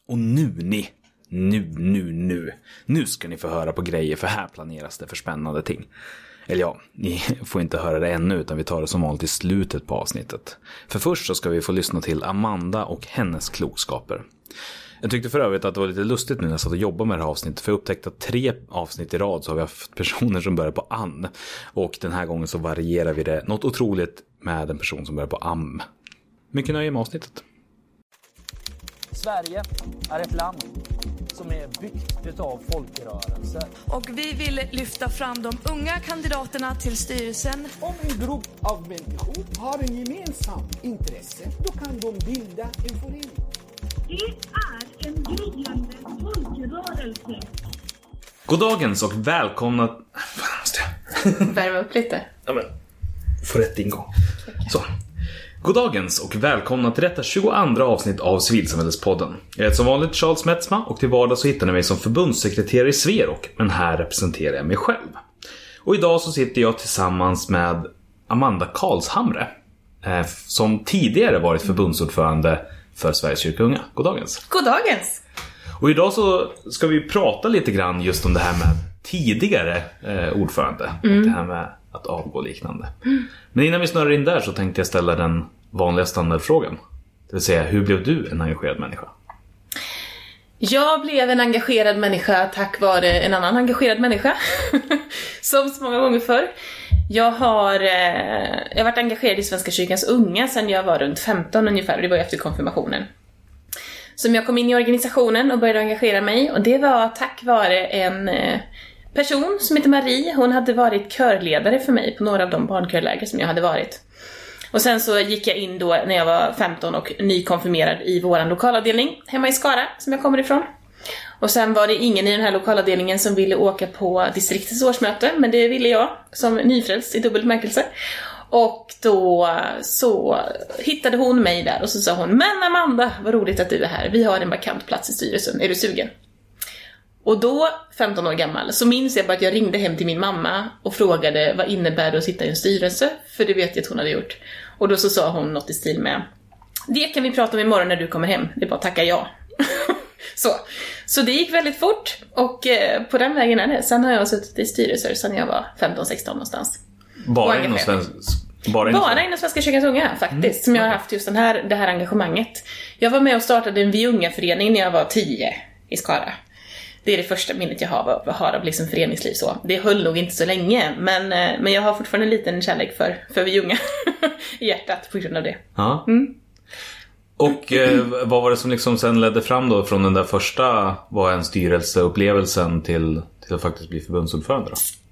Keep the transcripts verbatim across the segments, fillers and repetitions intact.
Och nu ni, nu, nu, nu, nu ska ni få höra på grejer, för här planeras det för spännande ting. Eller ja, ni får inte höra det ännu, utan vi tar det som vanligt i slutet på avsnittet. För först så ska vi få lyssna till Amanda och hennes klokskaper. Jag tyckte för övrigt att det var lite lustigt nu när jag satt och jobbade med det här avsnittet, för jag upptäckte att tre avsnitt i rad så har vi haft personer som börjar på an. Och den här gången så varierar vi det något otroligt med en person som börjar på am. Mycket nöje med avsnittet. Sverige är ett land som är byggt av folkrörelser. Och vi vill lyfta fram de unga kandidaterna till styrelsen. Om en grupp av människor har en gemensam intresse, då kan de bilda en förening. Det är en gryende folkrörelse. Goddagens och välkomna... Fan, måste jag... Värma upp lite. Ja, men... Få rätt ingång. Så. Goddagens och välkomna till detta tjugoandra avsnitt av Civilsamhällespodden. Jag heter som vanligt Charles Metzma och till vardags så hittar ni mig som förbundssekreterare i Sverok, men här representerar jag mig själv. Och idag så sitter jag tillsammans med Amanda Karlshamre, eh, som tidigare varit förbundsordförande för Sveriges kyrkounga. Goddagens. Goddagens. Och idag så ska vi prata lite grann just om det här med tidigare eh, ordförande. Mm. Och det här med att avgå liknande. Mm. Men innan vi snurrar in där så tänkte jag ställa den vanliga standardfrågan. Det vill säga, hur blev du en engagerad människa? Jag blev en engagerad människa tack vare en annan engagerad människa. Som så många gånger förr. Jag har, eh, jag har varit engagerad i Svenska kyrkans unga sedan jag var runt femton ungefär. Det var efter konfirmationen. Som jag kom in i organisationen och började engagera mig. Och det var tack vare en... Eh, person som heter Marie. Hon hade varit körledare för mig på några av de barnkörläger som jag hade varit. Och sen så gick jag in då när jag var femton och nykonfirmerad i våran lokalavdelning hemma i Skara som jag kommer ifrån. Och sen var det ingen i den här lokalavdelningen som ville åka på distriktets årsmöte, men det ville jag som nyfrälst i dubbel bemärkelse. Och då så hittade hon mig där och så sa hon: men Amanda, vad roligt att du är här. Vi har en vakant plats i styrelsen. Är du sugen? Och då, femton år gammal, så minns jag bara att jag ringde hem till min mamma och frågade vad innebär det att sitta i en styrelse, för det vet jag att hon hade gjort. Och då så sa hon något i stil med: det kan vi prata om imorgon när du kommer hem, det är bara tacka ja. så. så det gick väldigt fort och eh, på den vägen är det. Sen har jag suttit i styrelser sedan jag var femton sexton någonstans. Bara inom svensk... Bara, Bara inom Svenska kyrkans unga faktiskt, mm. som jag har haft just den här, det här engagemanget. Jag var med och startade en Vi unga-förening när jag var tio i Skara. Det är det första minnet jag har, har av liksom föreningsliv så. Det höll nog inte så länge, men, men jag har fortfarande en liten kärlek för, för vi unga i hjärtat på grund av det. Ja. Mm. Och eh, vad var det som liksom sen ledde fram då från den där första var en styrelseupplevelsen till, till att faktiskt bli förbundsordförande då?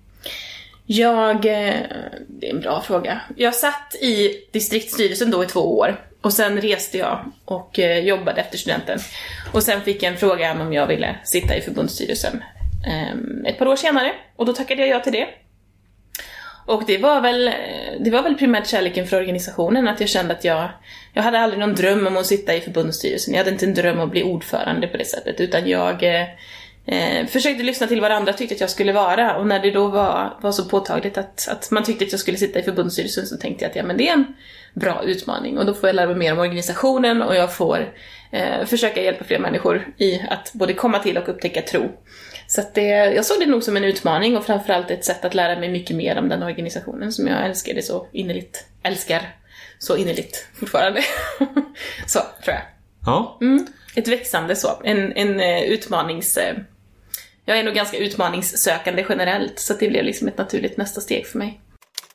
Jag, det är en bra fråga. Jag satt i distriktsstyrelsen då i två år. Och sen reste jag och jobbade efter studenten. Och sen fick jag en fråga om jag ville sitta i förbundsstyrelsen ett par år senare. Och då tackade jag ja till det. Och det var väl, det var väl primärt kärleken för organisationen. Att jag kände att jag, jag hade aldrig någon dröm om att sitta i förbundsstyrelsen. Jag hade inte en dröm om att bli ordförande på det sättet. Utan jag... Eh, försökte lyssna till vad andra tyckte att jag skulle vara. Och när det då var, var så påtagligt att, att man tyckte att jag skulle sitta i förbundsstyrelsen, så tänkte jag att ja, men det är en bra utmaning. Och då får jag lära mig mer om organisationen. Och jag får eh, försöka hjälpa fler människor i att både komma till och upptäcka tro. Så att det, jag såg det nog som en utmaning. Och framförallt ett sätt att lära mig mycket mer om den organisationen som jag älskade så innerligt. Älskar så innerligt fortfarande. Så tror jag. Ja. Mm, ett växande så. En, en uh, utmanings... Uh, Jag är nog ganska utmaningssökande generellt, så det blev liksom ett naturligt nästa steg för mig.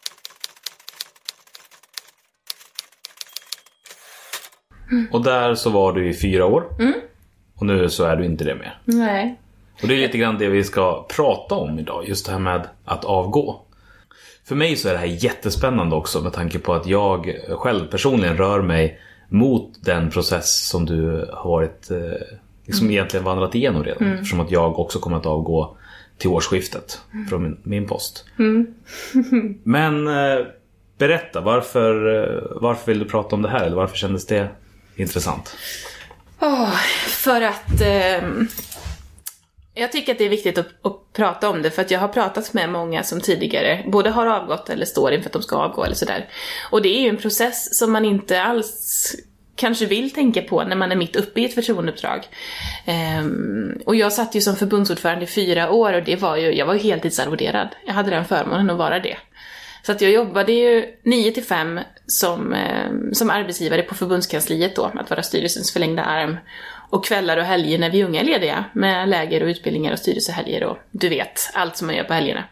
Mm. Och där så var du i fyra år. Mm. Och nu så är du inte det mer. Nej. Och det är lite grann det vi ska prata om idag. Just det här med att avgå. För mig så är det här jättespännande också, med tanke på att jag själv personligen rör mig mot den process som du har varit... liksom mm. egentligen vandrat igenom redan. Mm. Eftersom att jag också kommer att avgå till årsskiftet mm. från min, min post. Mm. Men eh, berätta, varför, varför vill du prata om det här? Eller varför kändes det intressant? Oh, för att eh, jag tycker att det är viktigt att, att prata om det. För att jag har pratat med många som tidigare både har avgått eller står inför att de ska avgå eller sådär. Och det är ju en process som man inte alls kanske vill tänka på när man är mitt uppe i ett förtroendeuppdrag. Um, och jag satt ju som förbundsordförande i fyra år och det var ju, jag var ju heltidsarvoderad. Jag hade den förmånen att vara det. Så att jag jobbade ju nio till fem som, eh, som arbetsgivare på förbundskansliet då, att vara styrelsens förlängda arm. Och kvällar och helger när vi unga är lediga med läger och utbildningar och styrelsehelger och du vet, allt som man gör på helgerna.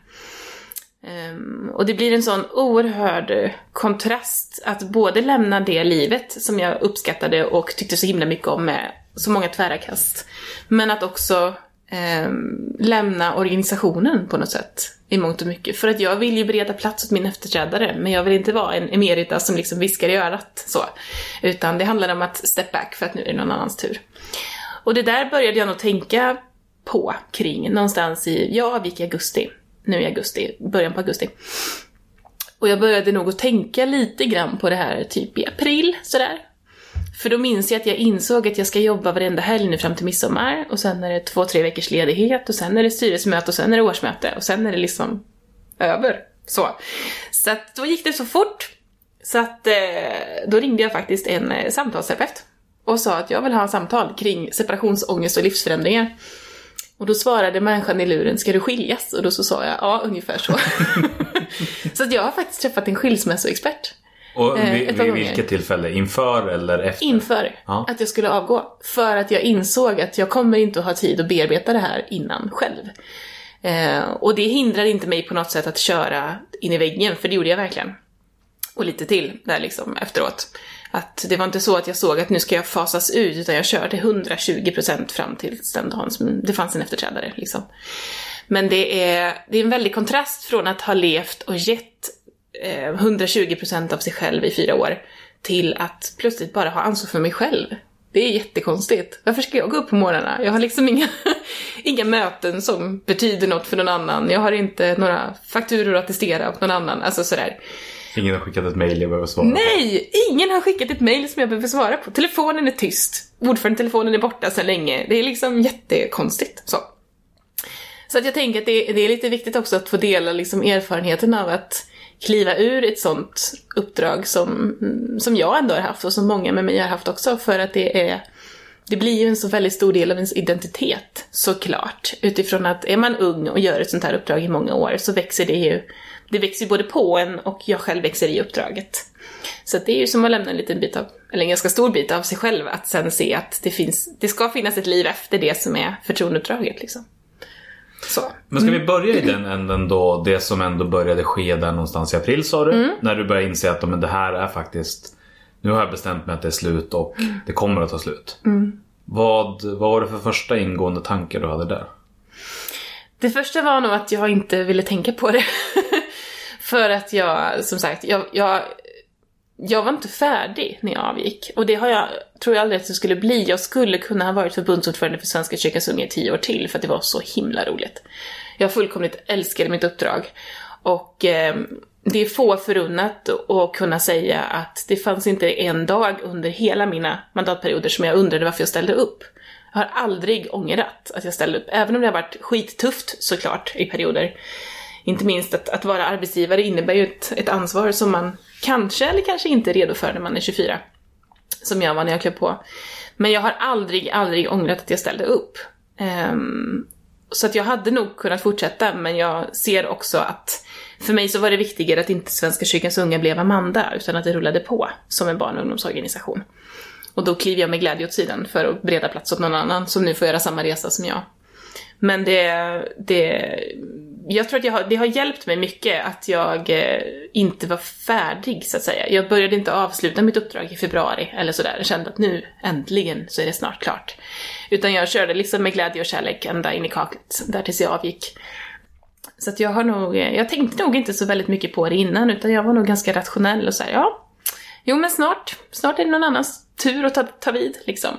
Um, och det blir en sån oerhörd kontrast att både lämna det livet som jag uppskattade och tyckte så himla mycket om med så många tvära kast. Men att också um, lämna organisationen på något sätt i mångt och mycket. För att jag vill ju bereda plats åt min efterträdare, men jag vill inte vara en emerita som liksom viskar i örat så. Utan det handlar om att step back för att nu är det någon annans tur. Och det där började jag nog tänka på kring någonstans i, jag avgick i augusti. Nu i augusti, början på augusti. Och jag började nog att tänka lite grann på det här typ i april, sådär. För då minns jag att jag insåg att jag ska jobba varenda helg nu fram till midsommar. Och sen är det två, tre veckors ledighet. Och sen är det styrelsemöte och sen är det årsmöte. Och sen är det liksom över. Så, så att då gick det så fort. Så att eh, då ringde jag faktiskt en eh, samtalsterapeut. Och sa att jag vill ha en samtal kring separationsångest och livsförändringar. Och då svarade människan i luren, ska du skiljas? Och då så sa jag, ja, ungefär så. Så att jag har faktiskt träffat en skilsmässoexpert. Och vid, vid vilket tillfälle? Inför eller efter? Inför, ja. Att jag skulle avgå. För att jag insåg att jag kommer inte att ha tid att bearbeta det här innan själv. Eh, och det hindrar inte mig på något sätt att köra in i väggen, för det gjorde jag verkligen. Och lite till där liksom efteråt. Att det var inte så att jag såg att nu ska jag fasas ut, utan jag körde hundratjugo procent fram till den dagen som det fanns en efterträdare liksom. Men det är, det är en väldig kontrast från att ha levt och gett eh, hundratjugo procent av sig själv i fyra år till att plötsligt bara ha ansvar för mig själv. Det är jättekonstigt. Varför ska jag gå upp på morgnarna? Jag har liksom inga, inga möten som betyder något för någon annan. Jag har inte några fakturor att attestera åt någon annan. Alltså sådär. Ingen har skickat ett mejl jag behöver svara på. Nej, ingen har skickat ett mejl som jag behöver svara på. Telefonen är tyst. Ordförandetelefonen är borta så länge. Det är liksom jättekonstigt. Så, så att jag tänker att det, det är lite viktigt också att få dela liksom erfarenheten av att kliva ur ett sånt uppdrag som, som jag ändå har haft och som många med mig har haft också. För att det är... Det blir ju en så väldigt stor del av ens identitet, såklart. Utifrån att är man ung och gör ett sånt här uppdrag i många år så växer det ju, det växer ju både på en och jag själv växer i uppdraget. Så att det är ju som att lämna en liten bit av, eller en ganska stor bit av sig själv, att sen se att det finns, det ska finnas ett liv efter det som är förtroendeuppdraget liksom. Så. Men ska vi börja i den änden då, det som ändå började ske där någonstans i april sa du, mm. när du började inse att men det här är faktiskt, nu har jag bestämt mig att det är slut och mm. det kommer att ta slut. Mm. Vad, vad var det för första ingående tankar du hade där? Det första var nog att jag inte ville tänka på det. För att jag, som sagt, jag, jag, jag var inte färdig när jag avgick. Och det har jag, tror jag aldrig att det skulle bli. Jag skulle kunna ha varit förbundsordförande för Svenska kyrkans unga i tio år till. För att det var så himla roligt. Jag fullkomligt älskade mitt uppdrag. Och... Eh, det är få förunnat att kunna säga att det fanns inte en dag under hela mina mandatperioder som jag undrade varför jag ställde upp. Jag har aldrig ångrat att jag ställde upp, även om det har varit skittufft såklart i perioder. Inte minst att, att vara arbetsgivare innebär ju ett, ett ansvar som man kanske eller kanske inte är redo för när man är tjugofyra. Som jag var när jag klev på. Men jag har aldrig, aldrig ångrat att jag ställde upp. Um, så att jag hade nog kunnat fortsätta, men jag ser också att för mig så var det viktigare att inte Svenska kyrkans unga blev Amanda, utan att det rullade på som en barn- och ungdomsorganisation. Och då kliver jag med glädje åt sidan för att bereda plats åt någon annan som nu får göra samma resa som jag. Men det, det jag tror att jag har, det har hjälpt mig mycket att jag eh, inte var färdig så att säga. Jag började inte avsluta mitt uppdrag i februari eller sådär. Jag kände att nu äntligen så är det snart klart. Utan jag körde liksom med glädje och kärlek ända in i kaklet där tills jag avgick. Så att jag har nog, jag tänkte nog inte så väldigt mycket på det innan, utan jag var nog ganska rationell och så här, ja, jo men snart, snart är det någon annans tur att ta, ta vid liksom.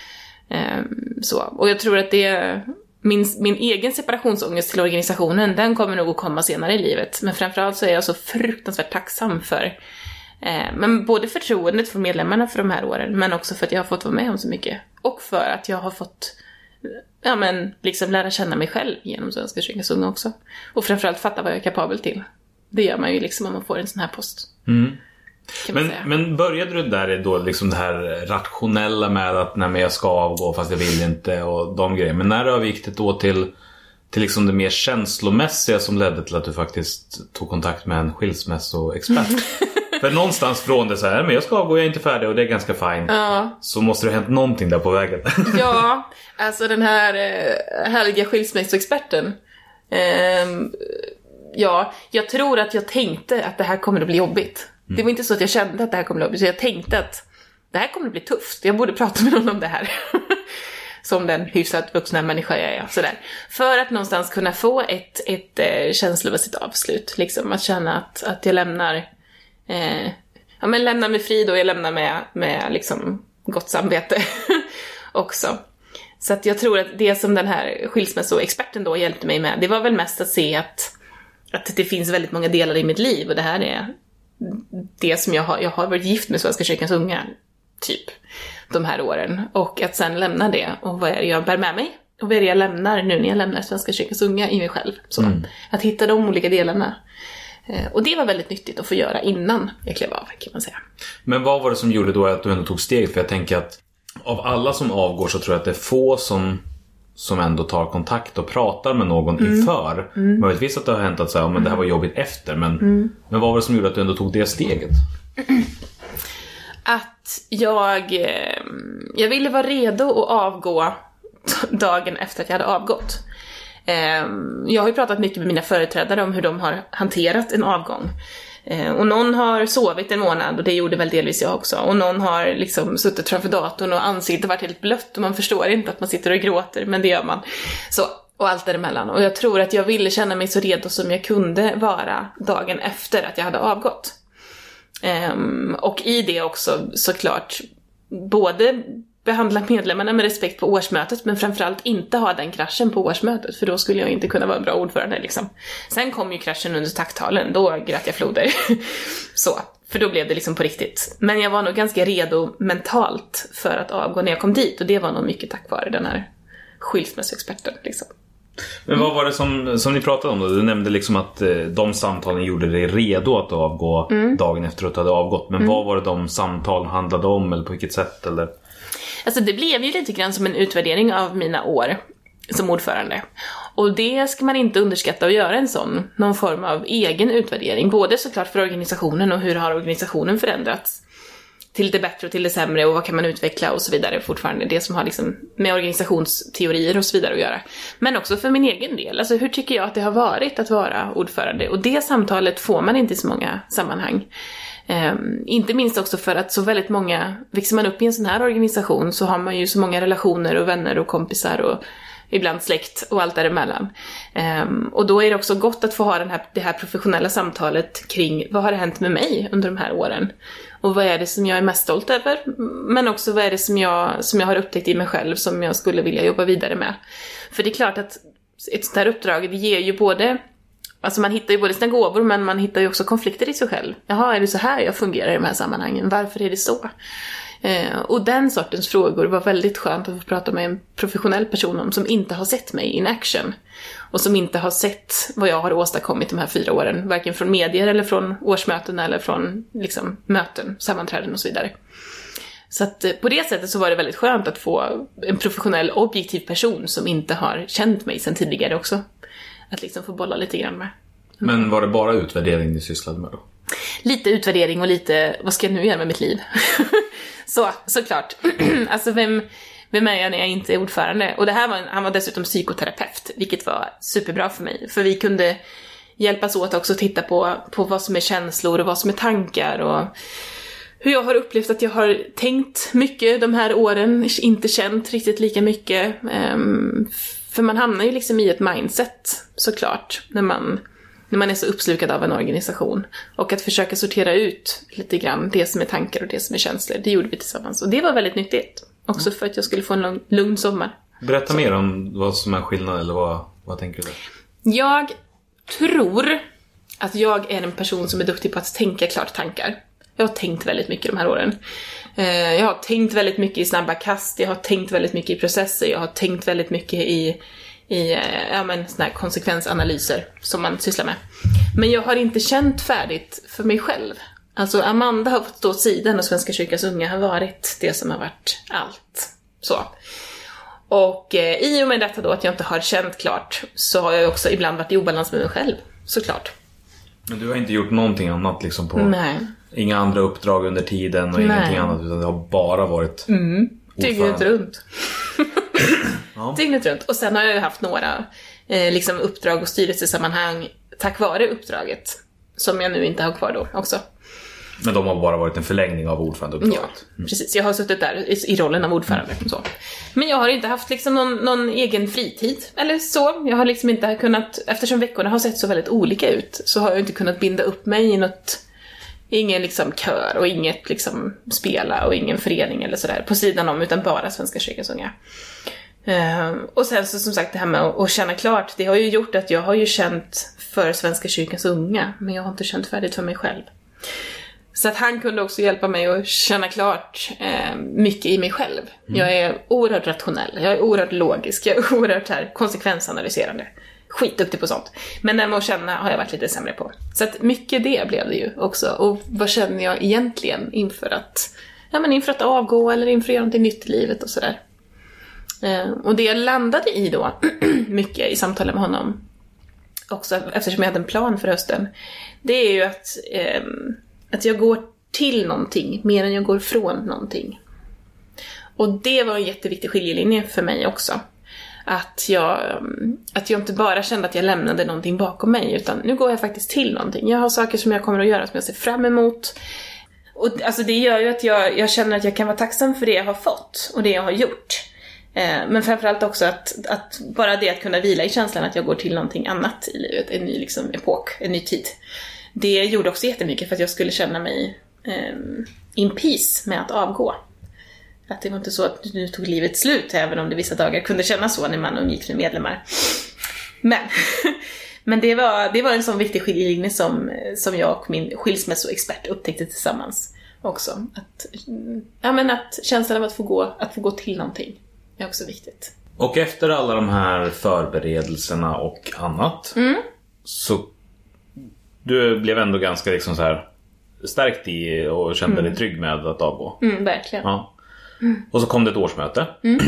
Ehm, så, och jag tror att det, min, min egen separationsångest till organisationen, den kommer nog att komma senare i livet. Men framförallt så är jag så fruktansvärt tacksam för, eh, men både förtroendet för medlemmarna för de här åren, men också för att jag har fått vara med om så mycket. Och för att jag har fått ja men liksom lära känna mig själv genom Svenska kyrkans unga också. Och framförallt fatta vad jag är kapabel till. Det gör man ju liksom om man får en sån här post. Mm. Men, men började du där då liksom det här rationella med att nej, men jag ska avgå fast jag vill inte och de grejer. Men när övergick det då till, till liksom det mer känslomässiga som ledde till att du faktiskt tog kontakt med en skilsmässoexpert? För någonstans från det så här, men jag ska avgå, jag är inte färdig och det är ganska fint. Ja. Så måste det ha hänt någonting där på vägen. Ja, alltså den här eh, härliga skilsmässoexperten. Eh, ja, jag tror att jag tänkte att det här kommer att bli jobbigt. Mm. Det var inte så att jag kände att det här kommer att bli jobbigt, så jag tänkte att det här kommer att bli tufft. Jag borde prata med någon om det här. Som den hyfsat vuxna människa jag är. Sådär. För att någonstans kunna få ett, ett eh, känslomässigt avslut. Liksom att känna att, att jag lämnar eh, ja, men lämnar med frid och jag lämnar med, med liksom gott samvete också. Så att jag tror att det som den här skilsmässoexperten då hjälpte mig med, det var väl mest att se att, att det finns väldigt många delar i mitt liv. Och det här är det som jag har, jag har varit gift med Svenska kyrkans unga typ de här åren. Och att sen lämna det och vad är det jag bär med mig och vad är det jag lämnar nu när jag lämnar Svenska kyrkans unga i mig själv. Så mm. att hitta de olika delarna. Och det var väldigt nyttigt att få göra innan jag klev av, kan man säga. Men vad var det som gjorde då att du ändå tog steg? För jag tänker att av alla som avgår så tror jag att det är få som, som ändå tar kontakt och pratar med någon mm. inför. Mm. Möjligtvis att det har hänt att säga, men det här var jobbigt efter. Men, mm. men vad var det som gjorde att du ändå tog det steget? Att jag, jag ville vara redo att avgå dagen efter att jag hade avgått. Jag har ju pratat mycket med mina företrädare om hur de har hanterat en avgång. Och någon har sovit en månad och det gjorde väl delvis jag också. Och någon har liksom suttit framför datorn och ansiktet varit helt blött och man förstår inte att man sitter och gråter, men det gör man. Så, och allt däremellan. Och jag tror att jag ville känna mig så redo som jag kunde vara dagen efter att jag hade avgått. Um, och i det också såklart både behandla medlemmarna med respekt på årsmötet, men framförallt inte ha den kraschen på årsmötet, för då skulle jag inte kunna vara en bra ordförande liksom. Sen kom ju kraschen under takttalen, då grät jag floder. Så, för då blev det liksom på riktigt. Men jag var nog ganska redo mentalt för att avgå när jag kom dit, och det var nog mycket tack vare den här skilsmässoexperten liksom. Men vad var det som, som ni pratade om då? Du nämnde liksom att eh, de samtalen gjorde dig redo att avgå mm. dagen efter att du hade avgått. Men mm. vad var det de samtalen handlade om, eller på vilket sätt? Eller? Alltså det blev ju lite grann som en utvärdering av mina år som ordförande. Och det ska man inte underskatta att göra en sån, någon form av egen utvärdering. Både såklart för organisationen och hur har organisationen förändrats till det bättre och till det sämre, och vad kan man utveckla och så vidare. Fortfarande det som har liksom med organisationsteorier och så vidare att göra. Men också för min egen del. Alltså hur tycker jag att det har varit att vara ordförande? Och det samtalet får man inte i så många sammanhang. Um, inte minst också för att så väldigt många, växer man upp i en sån här organisation så har man ju så många relationer och vänner och kompisar och ibland släkt och allt däremellan. Um, och då är det också gott att få ha den här, det här professionella samtalet kring vad har det hänt med mig under de här åren. Och vad är det som jag är mest stolt över, men också vad är det som jag, som jag har upptäckt i mig själv som jag skulle vilja jobba vidare med. För det är klart att ett sånt här uppdrag, det ger ju både, alltså man hittar ju både sina gåvor, men man hittar ju också konflikter i sig själv. Jaha, är det så här jag fungerar i de här sammanhangen? Varför är det så? Eh, och den sortens frågor var väldigt skönt att få prata med en professionell person om, som inte har sett mig in action. Och som inte har sett vad jag har åstadkommit de här fyra åren. Varken från medier eller från årsmöten eller från liksom, möten, sammanträden och så vidare. Så att eh, på det sättet så var det väldigt skönt att få en professionell, objektiv person som inte har känt mig sedan tidigare också. Att liksom få bolla lite grann med. Mm. Men var det bara utvärdering ni sysslade med då? Lite utvärdering och lite, vad ska jag nu göra med mitt liv? Så, såklart. Alltså vem, vem är jag när jag inte är ordförande? Och det här var, han var dessutom psykoterapeut, vilket var superbra för mig. För vi kunde hjälpas åt också att titta på, på vad som är känslor och vad som är tankar. Och hur jag har upplevt att jag har tänkt mycket de här åren, inte känt riktigt lika mycket. Um, för man hamnar ju liksom i ett mindset, såklart, när man... när man är så uppslukad av en organisation. Och att försöka sortera ut lite grann det som är tankar och det som är känslor. Det gjorde vi tillsammans. Och det var väldigt nyttigt. Också för att jag skulle få en lugn, lugn sommar. Berätta så. mer om vad som är skillnad, eller vad, vad tänker du? Jag tror att jag är en person som är duktig på att tänka klart tankar. Jag har tänkt väldigt mycket de här åren. Jag har tänkt väldigt mycket i snabba kast. Jag har tänkt väldigt mycket i processer. Jag har tänkt väldigt mycket i... i ja, men, såna här konsekvensanalyser som man sysslar med. Men jag har inte känt färdigt för mig själv Alltså Amanda har fått stå åt sidan och Svenska kyrkans unga har varit det som har varit allt. Så. Och eh, i och med detta då att jag inte har känt klart så har jag också ibland varit i obalans med mig själv, såklart. Men du har inte gjort någonting annat liksom på... Nej. Inga andra uppdrag under tiden och Nej. ingenting annat, utan det har bara varit mm. Dygnet runt. Ja. Dygnet runt. Och sen har jag ju haft några eh, liksom uppdrag och styrelsesammanhang tack vare uppdraget som jag nu inte har kvar då också. Men de har bara varit en förlängning av ordförandeuppdraget. Ja, mm. precis. Jag har suttit där i, i rollen av ordförande. Så. Men jag har inte haft liksom någon, någon egen fritid eller så. Jag har liksom inte kunnat, eftersom veckorna har sett så väldigt olika ut, så har jag inte kunnat binda upp mig i något, ingen liksom kör och inget liksom spela och ingen förening eller sådär på sidan om, utan bara Svenska kyrkans unga. Uh, och sen så som sagt det här med att, att känna klart, det har ju gjort att jag har ju känt för Svenska kyrkans unga, men jag har inte känt färdigt för mig själv. Så att han kunde också hjälpa mig att känna klart eh, mycket i mig själv. Mm. Jag är oerhört rationell, jag är oerhört logisk, jag är oerhört här konsekvensanalyserande. Skitduktig på sånt. Men när man känna har jag varit lite sämre på. Så att mycket det blev det ju också. Och vad känner jag egentligen inför att, ja, men inför att avgå eller inför att göra någonting nytt i livet och sådär. Eh, och det jag landade i då, mycket i samtalen med honom, också eftersom jag hade en plan för hösten, det är ju att... Eh, Att jag går till någonting mer än jag går från någonting. Och det var en jätteviktig skiljelinje för mig också. Att jag, att jag inte bara kände att jag lämnade någonting bakom mig, utan nu går jag faktiskt till någonting. Jag har saker som jag kommer att göra som jag ser fram emot. Och alltså det gör ju att jag, jag känner att jag kan vara tacksam för det jag har fått och det jag har gjort. Eh, men framförallt också att, att bara det att kunna vila i känslan att jag går till någonting annat i livet. En ny liksom, epok, en ny tid. Det gjorde också jättemycket för att jag skulle känna mig eh, in peace med att avgå. Att det var inte så att nu tog livet slut, även om det vissa dagar kunde kännas så när man umgicks med medlemmar. Men, men det, var, det var en sån viktig skiljelinje som, som jag och min skilsmässoexpert upptäckte tillsammans också. Att, ja, men att känslan av att få, gå, att få gå till någonting är också viktigt. Och efter alla de här förberedelserna och annat mm. så du blev ändå ganska liksom så här stärkt i och kände mm. dig trygg med att avgå. Mm, verkligen. Ja. Mm. Och så kom det ett årsmöte. Mm.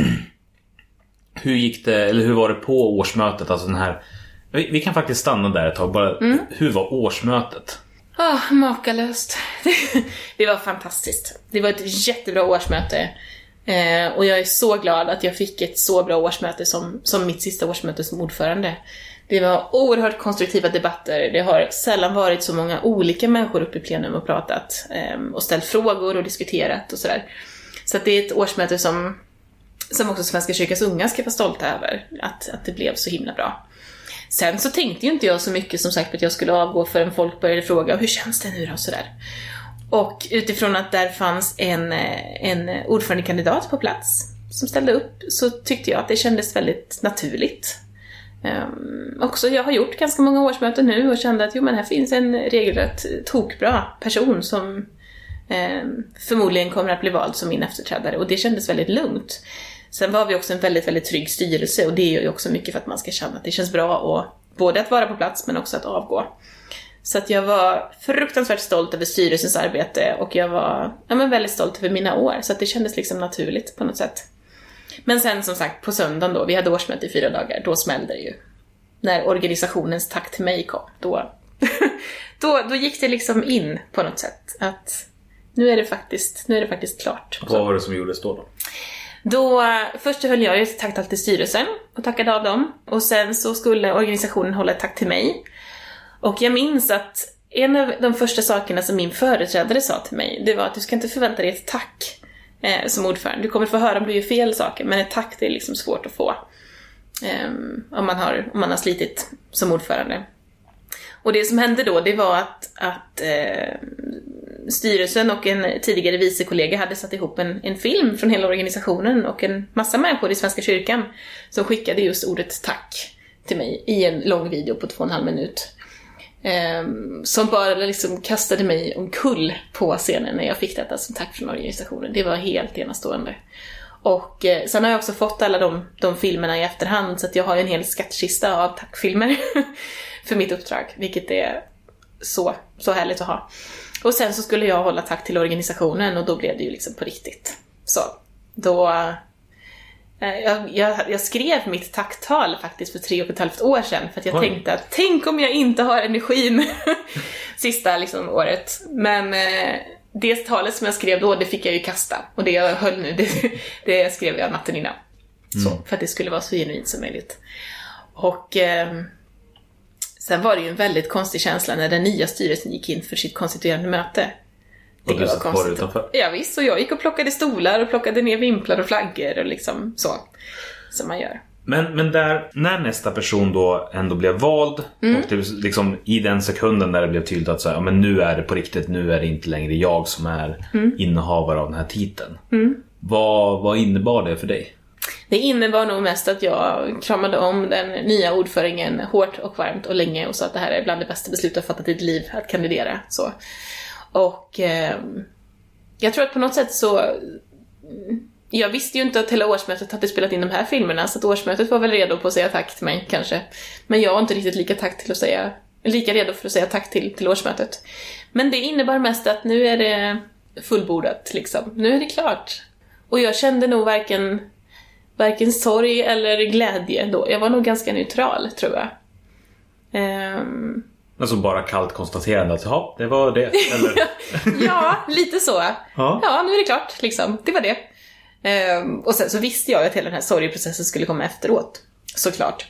Hur gick det, eller hur var det på årsmötet? Alltså den här, vi, vi kan faktiskt stanna där ett tag. Bara, mm. hur var årsmötet? Oh, makalöst. Det var fantastiskt. Det var ett jättebra årsmöte. Eh, och jag är så glad att jag fick ett så bra årsmöte som, som mitt sista årsmöte som ordförande. Det var oerhört konstruktiva debatter. Det har sällan varit så många olika människor uppe i plenum och pratat eh, och ställt frågor och diskuterat och sådär. Så att det är ett årsmöte som, som också Svenska kyrkans unga ska vara stolta över. Att, att det blev så himla bra. Sen så tänkte ju inte jag så mycket som sagt att jag skulle avgå förrän folk började fråga hur känns det nu då sådär. Och utifrån att där fanns en, en ordförandekandidat på plats som ställde upp, så tyckte jag att det kändes väldigt naturligt. Um, också jag har gjort ganska många årsmöten nu och kände att jo, men här finns en regelrätt tokbra person som um, förmodligen kommer att bli vald som min efterträdare, och det kändes väldigt lugnt. Sen var vi också en väldigt, väldigt trygg styrelse, och det är ju också mycket för att man ska känna att det känns bra och både att vara på plats men också att avgå. Så att jag var fruktansvärt stolt över styrelsens arbete, och jag var ja, men väldigt stolt över mina år, så att det kändes liksom naturligt på något sätt. Men sen som sagt på söndagen då, vi hade årsmöte i fyra dagar, då smällde det ju. När organisationens tack till mig kom, då, då, då gick det liksom in på något sätt att nu är det faktiskt, nu är det faktiskt klart. Vad var det som gjordes då då? Då, först höll jag ju ett tack till styrelsen och tackade av dem. Och sen så skulle organisationen hålla ett tack till mig. Och jag minns att en av de första sakerna som min företrädare sa till mig, det var att du ska inte förvänta dig ett tack eh, som ordförande. Du kommer få höra om du gör fel saker, men ett tack det är liksom svårt att få eh, om, man har, om man har slitit som ordförande. Och det som hände då, det var att, att eh, styrelsen och en tidigare vicekollega hade satt ihop en, en film från hela organisationen och en massa människor i Svenska kyrkan som skickade just ordet tack till mig i en lång video på två och en halv minut. Eh, som bara liksom kastade mig omkull på scenen när jag fick detta som tack från organisationen. Det var helt enastående. Och eh, sen har jag också fått alla de, de filmerna i efterhand, så att jag har en hel skattkista av tackfilmer för mitt uppdrag, vilket är så, så härligt att ha. Och sen så skulle jag hålla takt till organisationen och då blev det ju liksom på riktigt. Så då... Jag, jag, jag skrev mitt tacktal faktiskt för tre och ett halvt år sedan för att jag Oj. tänkte att tänk om jag inte har energin sista liksom, året. Men eh, det talet som jag skrev då, det fick jag ju kasta. Och det jag höll nu, det, det skrev jag natten innan. Mm. Så, för att det skulle vara så genuint som möjligt. Och eh, sen var det ju en väldigt konstig känsla när den nya styrelsen gick in för sitt konstituerande möte. Det och du satt kvar utanför? Ja visst, och jag gick och plockade stolar och plockade ner vimplar och flaggor och liksom så, som man gör. Men, men där, när nästa person då ändå blev vald mm. och det liksom i den sekunden där det blev tydligt att så här, ja, men nu är det på riktigt, nu är det inte längre jag som är mm. innehavare av den här titeln. Mm. Vad, vad innebar det för dig? Det innebar nog mest att jag kramade om den nya ordföringen hårt och varmt och länge och sa att det här är bland det bästa beslut jag fattat i ditt liv, att kandidera. Så. Och eh, jag tror att på något sätt så... Jag visste ju inte att hela årsmötet hade spelat in de här filmerna, så att årsmötet var väl redo på att säga tack till mig kanske. Men jag var inte riktigt lika tack till att säga, lika redo för att säga tack till, till årsmötet. Men det innebar mest att nu är det fullbordat liksom. Nu är det klart. Och jag kände nog varken, varken sorg eller glädje då. Jag var nog ganska neutral, tror jag. Um... Alltså bara kallt konstaterande att ja, det var det. Eller? Ja, lite så. Ja. ja, nu är det klart liksom. Det var det. Um, och sen så visste jag att hela den här sorgeprocessen skulle komma efteråt. Såklart.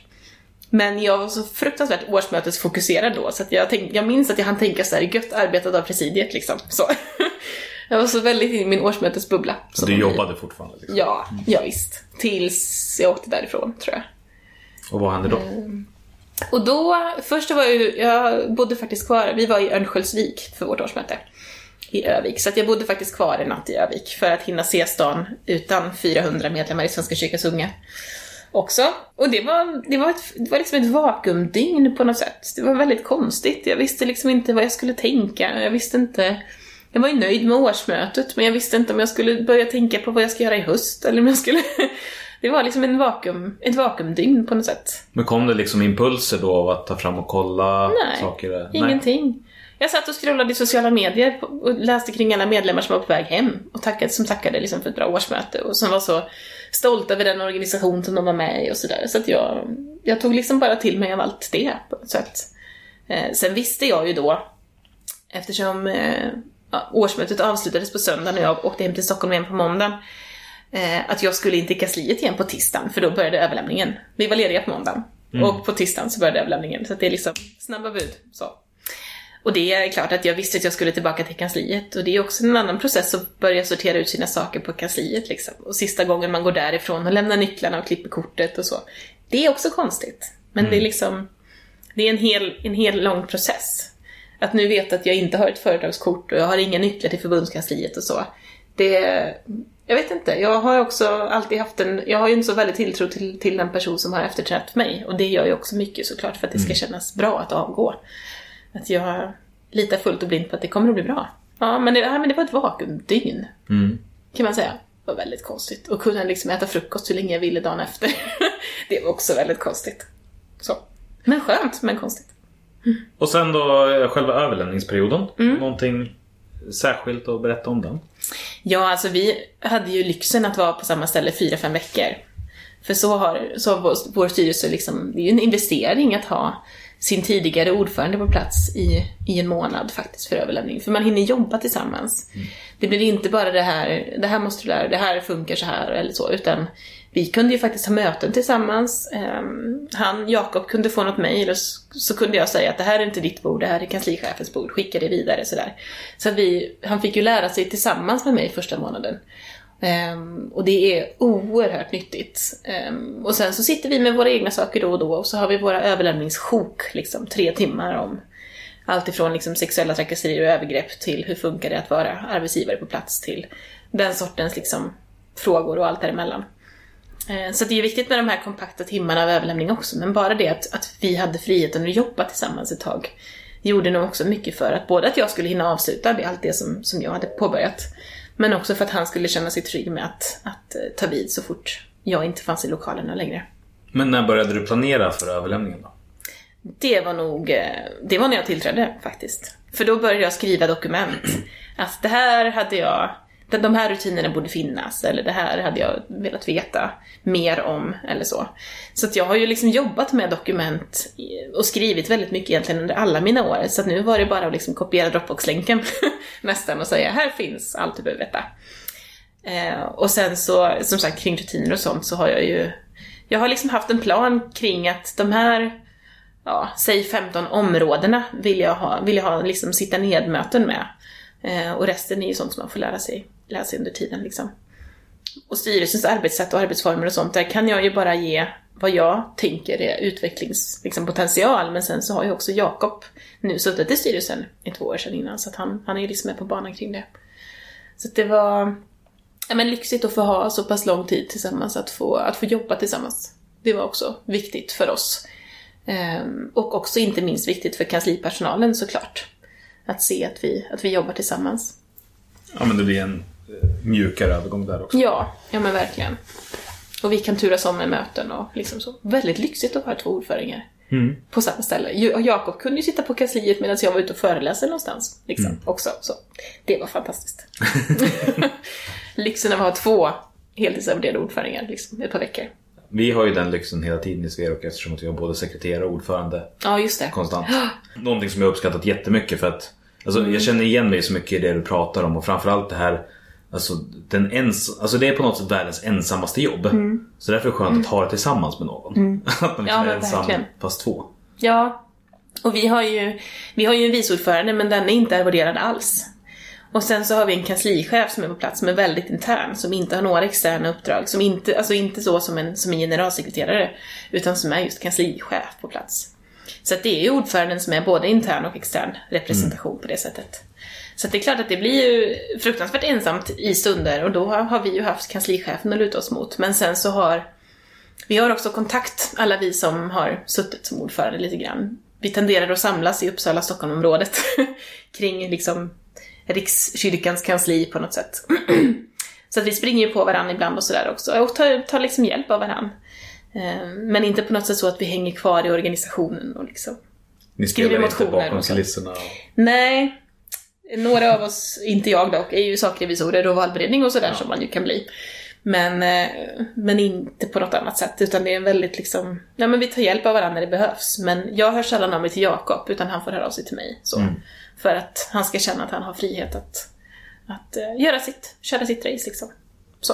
Men jag var så fruktansvärt årsmötesfokuserad då. Så att jag, tänk, jag minns att jag hann tänka så här, gött arbetat av presidiet liksom. Så. Jag var så väldigt i min årsmötesbubbla. Så du jobbade fortfarande? Liksom. Ja, ja, visst. Tills jag åkte därifrån, tror jag. Och vad hände då? Um, och då, först var jag, jag bodde faktiskt kvar, vi var i Örnsköldsvik för vårt årsmöte i Övik, så att jag bodde faktiskt kvar en natt i Övik för att hinna se stan utan fyrahundra medlemmar i Svenska kyrkans unga också. Och det var, det var, ett, det var liksom ett vakuumdygn på något sätt. Det var väldigt konstigt, jag visste liksom inte vad jag skulle tänka, jag visste inte, jag var ju nöjd med årsmötet, men jag visste inte om jag skulle börja tänka på vad jag ska göra i höst eller om jag skulle... Det var liksom en vakuum, ett vakuumdygn på något sätt. Men kom det liksom impulser då av att ta fram och kolla Nej, saker? Nej, ingenting. Jag satt och scrollade i sociala medier och läste kring alla medlemmar som var på väg hem och tackade, som tackade liksom för ett bra årsmöte och som var så stolta över den organisation som de var med i och sådär. Så att jag, jag tog liksom bara till mig av allt det på något sätt. Eh, sen visste jag ju då, eftersom eh, årsmötet avslutades på söndagen och jag åkte hem till Stockholm igen på måndagen, Eh, att jag skulle inte i kansliet igen på tisdagen, för då började överlämningen. Vi var lediga på måndagen mm. och på tisdagen så började överlämningen. Så att det är liksom snabba bud så. Och det är klart att jag visste att jag skulle tillbaka till kansliet. Och det är också en annan process att börja sortera ut sina saker på kansliet liksom. Och sista gången man går därifrån och lämnar nycklarna och klipper kortet och så. Det är också konstigt. Men mm. det är liksom, det är en hel, en hel lång process. Att nu veta att jag inte har ett företagskort och jag har inga nycklar till förbundskansliet och så. Det, jag vet inte, jag har också alltid haft en, jag har ju en så väldigt tilltro till, till den person som har efterträtt mig. Och det gör ju också mycket såklart för att det ska kännas bra att avgå. Att jag litar fullt och blint på att det kommer att bli bra. Ja, men det, ja, men det var ett vakuumdygn. Mm. Kan man säga. Det var väldigt konstigt. Och kunna liksom äta frukost hur länge jag ville dagen efter. Det var också väldigt konstigt. Så. Men skönt, men konstigt. Mm. Och sen då själva överlämningsperioden. Mm. Någonting särskilt att berätta om den? Ja, alltså vi hade ju lyxen att vara på samma ställe fyra, fem veckor. För så har, så har vår, vår styrelse liksom, det är ju en investering att ha sin tidigare ordförande på plats i, i en månad faktiskt för överlämning. För man hinner jobba tillsammans. Mm. Det blir inte bara det här, det här måste du lära, det här funkar så här eller så, utan vi kunde ju faktiskt ha möten tillsammans. Um, han, Jakob, kunde få något mejl och så, så kunde jag säga att det här är inte ditt bord, det här är kanslichefens bord, skicka det vidare sådär. Så vi, han fick ju lära sig tillsammans med mig första månaden. Um, och det är oerhört nyttigt. Um, och sen så sitter vi med våra egna saker då och då och så har vi våra överlämningssjok liksom tre timmar om allt ifrån liksom sexuella trakasserier och övergrepp till hur funkar det att vara arbetsgivare på plats till den sortens liksom frågor och allt däremellan. Uh, så det är viktigt med de här kompakta timmarna av överlämning också, men bara det att, att vi hade friheten att jobba tillsammans ett tag gjorde nog också mycket för att både att jag skulle hinna avsluta med allt det som, som jag hade påbörjat, men också för att han skulle känna sig trygg med att, att ta vid så fort jag inte fanns i lokalerna längre. Men när började du planera för överlämningen då? Det var nog, det var när jag tillträdde faktiskt. För då började jag skriva dokument. Att det här hade jag, de här rutinerna borde finnas. Eller det här hade jag velat veta mer om eller så. Så att jag har ju liksom jobbat med dokument och skrivit väldigt mycket egentligen under alla mina år. Så att nu var det bara att liksom kopiera Dropbox-länken nästan och säga här finns allt du behöver veta. Eh, och sen så, som sagt, kring rutiner och sånt så har jag ju, jag har liksom haft en plan kring att de här, ja, säg femton områdena vill jag ha, vill jag ha liksom sitta nedmöten med. Eh, och resten är ju sånt som man får lära sig, lära sig under tiden liksom. Och styrelsens arbetssätt och arbetsformer och sånt, där kan jag ju bara ge vad jag tänker är utvecklingspotential. Liksom, men sen så har ju också Jakob nu suttit i styrelsen i två år sedan innan, så att han, han är ju liksom med på banan kring det. Så att det var, ja, men lyxigt att få ha så pass lång tid tillsammans, att få, att få jobba tillsammans. Det var också viktigt för oss. Ehm, och också inte minst viktigt för kanslipersonalen såklart. Att se att vi, att vi jobbar tillsammans. Ja, men det blir en mjukare övergång där också. Ja, ja men verkligen. Och vi kan turas om med möten och liksom så. Väldigt lyxigt att ha två ordföringar mm. på samma ställe. Och Jakob kunde ju sitta på kansliet medan jag var ute och föreläser någonstans. Liksom, mm. också. Så det var fantastiskt. Lyxen av att ha två heltidsarvoderade ordföringar liksom, ett par veckor. Vi har ju den lyxen hela tiden i Sverok eftersom att vi har både sekreterare och ordförande. Ja, just det. Konstant. Någonting som jag har uppskattat jättemycket för att alltså, mm. jag känner igen mig så mycket i det du pratar om och framförallt det här alltså, den ens, alltså det är på något sätt världens ensammaste jobb. Mm. Så därför är det skönt mm. att ha det tillsammans med någon. Mm. Att man ja, är ensam verkligen. Fast två. Ja, och vi har ju vi har ju en viceordförande men den är inte arvoderad alls. Och sen så har vi en kanslichef som är på plats som är väldigt intern, som inte har några externa uppdrag, som inte, alltså inte så som en, som en generalsekreterare, utan som är just kanslichef på plats. Så att det är ju ordföranden som är både intern och extern representation mm. på det sättet. Så att det är klart att det blir ju fruktansvärt ensamt i stunder, och då har vi ju haft kanslichefen att luta oss mot. Men sen så har vi har också kontakt, alla vi som har suttit som ordförande lite grann. Vi tenderar att samlas i Uppsala Stockholmområdet kring liksom Rikskyrkans kansli på något sätt. Så att vi springer ju på varandra ibland och sådär också. Och tar, tar liksom hjälp av varandra. Men inte på något sätt så att vi hänger kvar i organisationen och liksom ni skriver inte bakom kulisserna? Nej, några av oss, inte jag dock, är ju sakrevisorer och valberedning och sådär ja. Som man ju kan bli. Men, men inte på något annat sätt, utan det är väldigt liksom, ja, men vi tar hjälp av varandra när det behövs. Men jag hör sällan av mig till Jakob, utan han får höra av sig till mig så. Mm. För att han ska känna att han har frihet att, att uh, göra sitt, köra sitt race liksom. Så.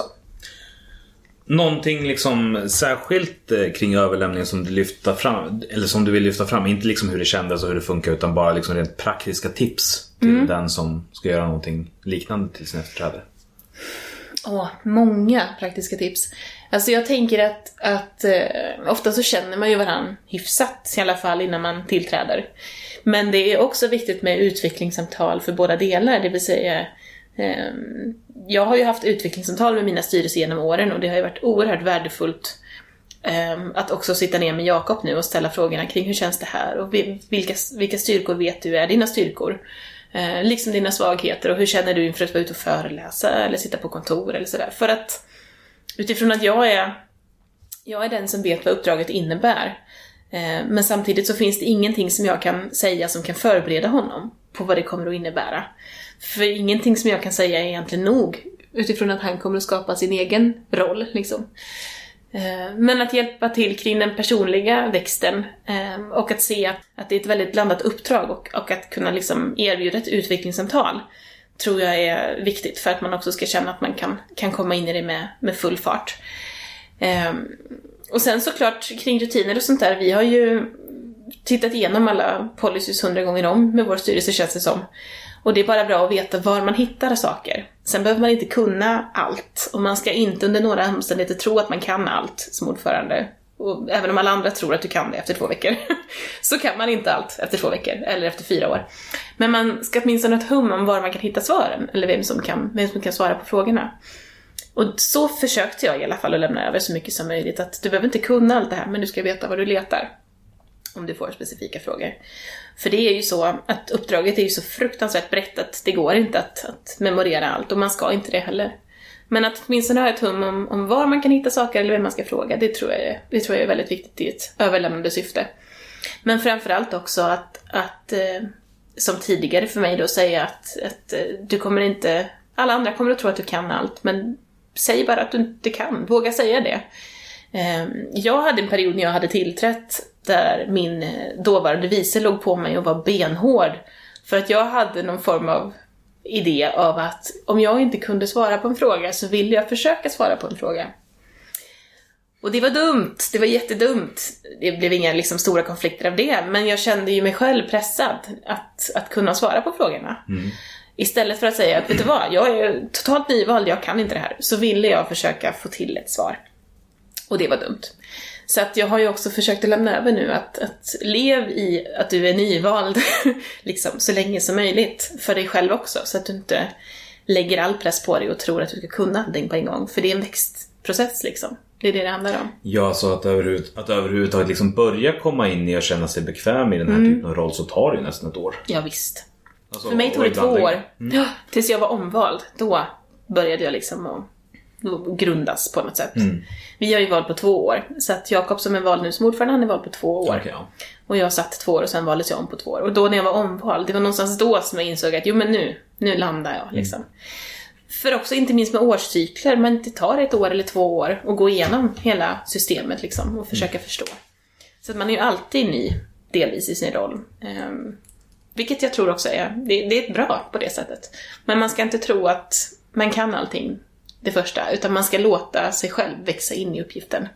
Någonting liksom särskilt eh, kring överlämningen som du lyfter fram, eller som du vill lyfta fram, inte liksom hur det kändes och hur det funkar, utan bara liksom rent praktiska tips till mm. den som ska göra någonting liknande till sin efterträdare. Åh, många praktiska tips. Alltså jag tänker att, att eh, ofta så känner man ju varann hyfsat i alla fall innan man tillträder. Men det är också viktigt med utvecklingssamtal för båda delar. Det vill säga, eh, jag har ju haft utvecklingssamtal med mina styrelser genom åren, och det har ju varit oerhört värdefullt eh, att också sitta ner med Jakob nu och ställa frågorna kring hur känns det här och vilka, vilka styrkor vet du är dina styrkor. Eh, liksom dina svagheter, och hur känner du inför att vara ute och föreläsa eller sitta på kontor eller sådär. För att utifrån att jag är jag är den som vet vad uppdraget innebär, eh, men samtidigt så finns det ingenting som jag kan säga som kan förbereda honom på vad det kommer att innebära. För ingenting som jag kan säga är egentligen nog, utifrån att han kommer att skapa sin egen roll liksom. Men att hjälpa till kring den personliga växten och att se att det är ett väldigt blandat uppdrag och, och att kunna liksom erbjuda ett utvecklingssamtal tror jag är viktigt för att man också ska känna att man kan, kan komma in i det med, med full fart. Och sen såklart kring rutiner och sånt där, vi har ju tittat igenom alla policies hundra gånger om med vår styrelse, känns det som. Och det är bara bra att veta var man hittar saker. Sen behöver man inte kunna allt. Och man ska inte under några omständigheter tro att man kan allt som ordförande. Och även om alla andra tror att du kan det efter två veckor. Så kan man inte allt efter två veckor. Eller efter fyra år. Men man ska åtminstone ha ett hum om var man kan hitta svaren. Eller vem som kan, vem som kan svara på frågorna. Och så försökte jag i alla fall att lämna över så mycket som möjligt. Att du behöver inte kunna allt det här, men du ska veta vad du letar. Om du får specifika frågor. För det är ju så att uppdraget är ju så fruktansvärt brett att det går inte att, att memorera allt. Och man ska inte det heller. Men att åtminstone ha ett hum om, om var man kan hitta saker eller vem man ska fråga. Det tror jag är, det tror jag är väldigt viktigt i ett överlämnande syfte. Men framförallt också att, att eh, som tidigare för mig då, säga att, att eh, du kommer inte, alla andra kommer att tro att du kan allt, men säg bara att du inte kan, våga säga det. Eh, jag hade en period när jag hade tillträtt där min dåvarande vice låg på mig och var benhård, för att jag hade någon form av idé av att om jag inte kunde svara på en fråga så ville jag försöka svara på en fråga. Och det var dumt, det var jättedumt. Det blev inga liksom stora konflikter av det, men jag kände ju mig själv pressad att, att kunna svara på frågorna. Mm. Istället för att säga att vet du vad, jag är totalt nyvald, jag kan inte det här, så ville jag försöka få till ett svar. Och det var dumt. Så att jag har ju också försökt att lämna över nu att, att lev i att du är nyvald liksom, så länge som möjligt för dig själv också, så att du inte lägger all press på dig och tror att du ska kunna allting på en gång, för det är en växtprocess liksom. Det är det det handlar om. Ja, så att, överhuvud, att överhuvudtaget liksom börja komma in i och känna sig bekväm i den här mm. typen av roll, så tar det ju nästan ett år. Ja, visst. Alltså, för mig tog det två år. Mm. Ja, tills jag var omvald. Då började jag liksom att grundas på något sätt. Mm. Vi har ju val på två år. Så att Jakob som är vald nu som ordförande, han är vald på två år. Okay, ja. Och jag satt två år och sen valdes jag om på två år. Och då när jag var omvald, det var någonstans då som jag insåg att jo men nu, nu landar jag liksom. Mm. För också inte minst med årscykler, men det tar ett år eller två år att gå igenom hela systemet liksom, och försöka mm. förstå. Så att man är ju alltid ny delvis i sin roll. Um, vilket jag tror också är, det, det är bra på det sättet. Men man ska inte tro att man kan allting det första, utan man ska låta sig själv växa in i uppgiften.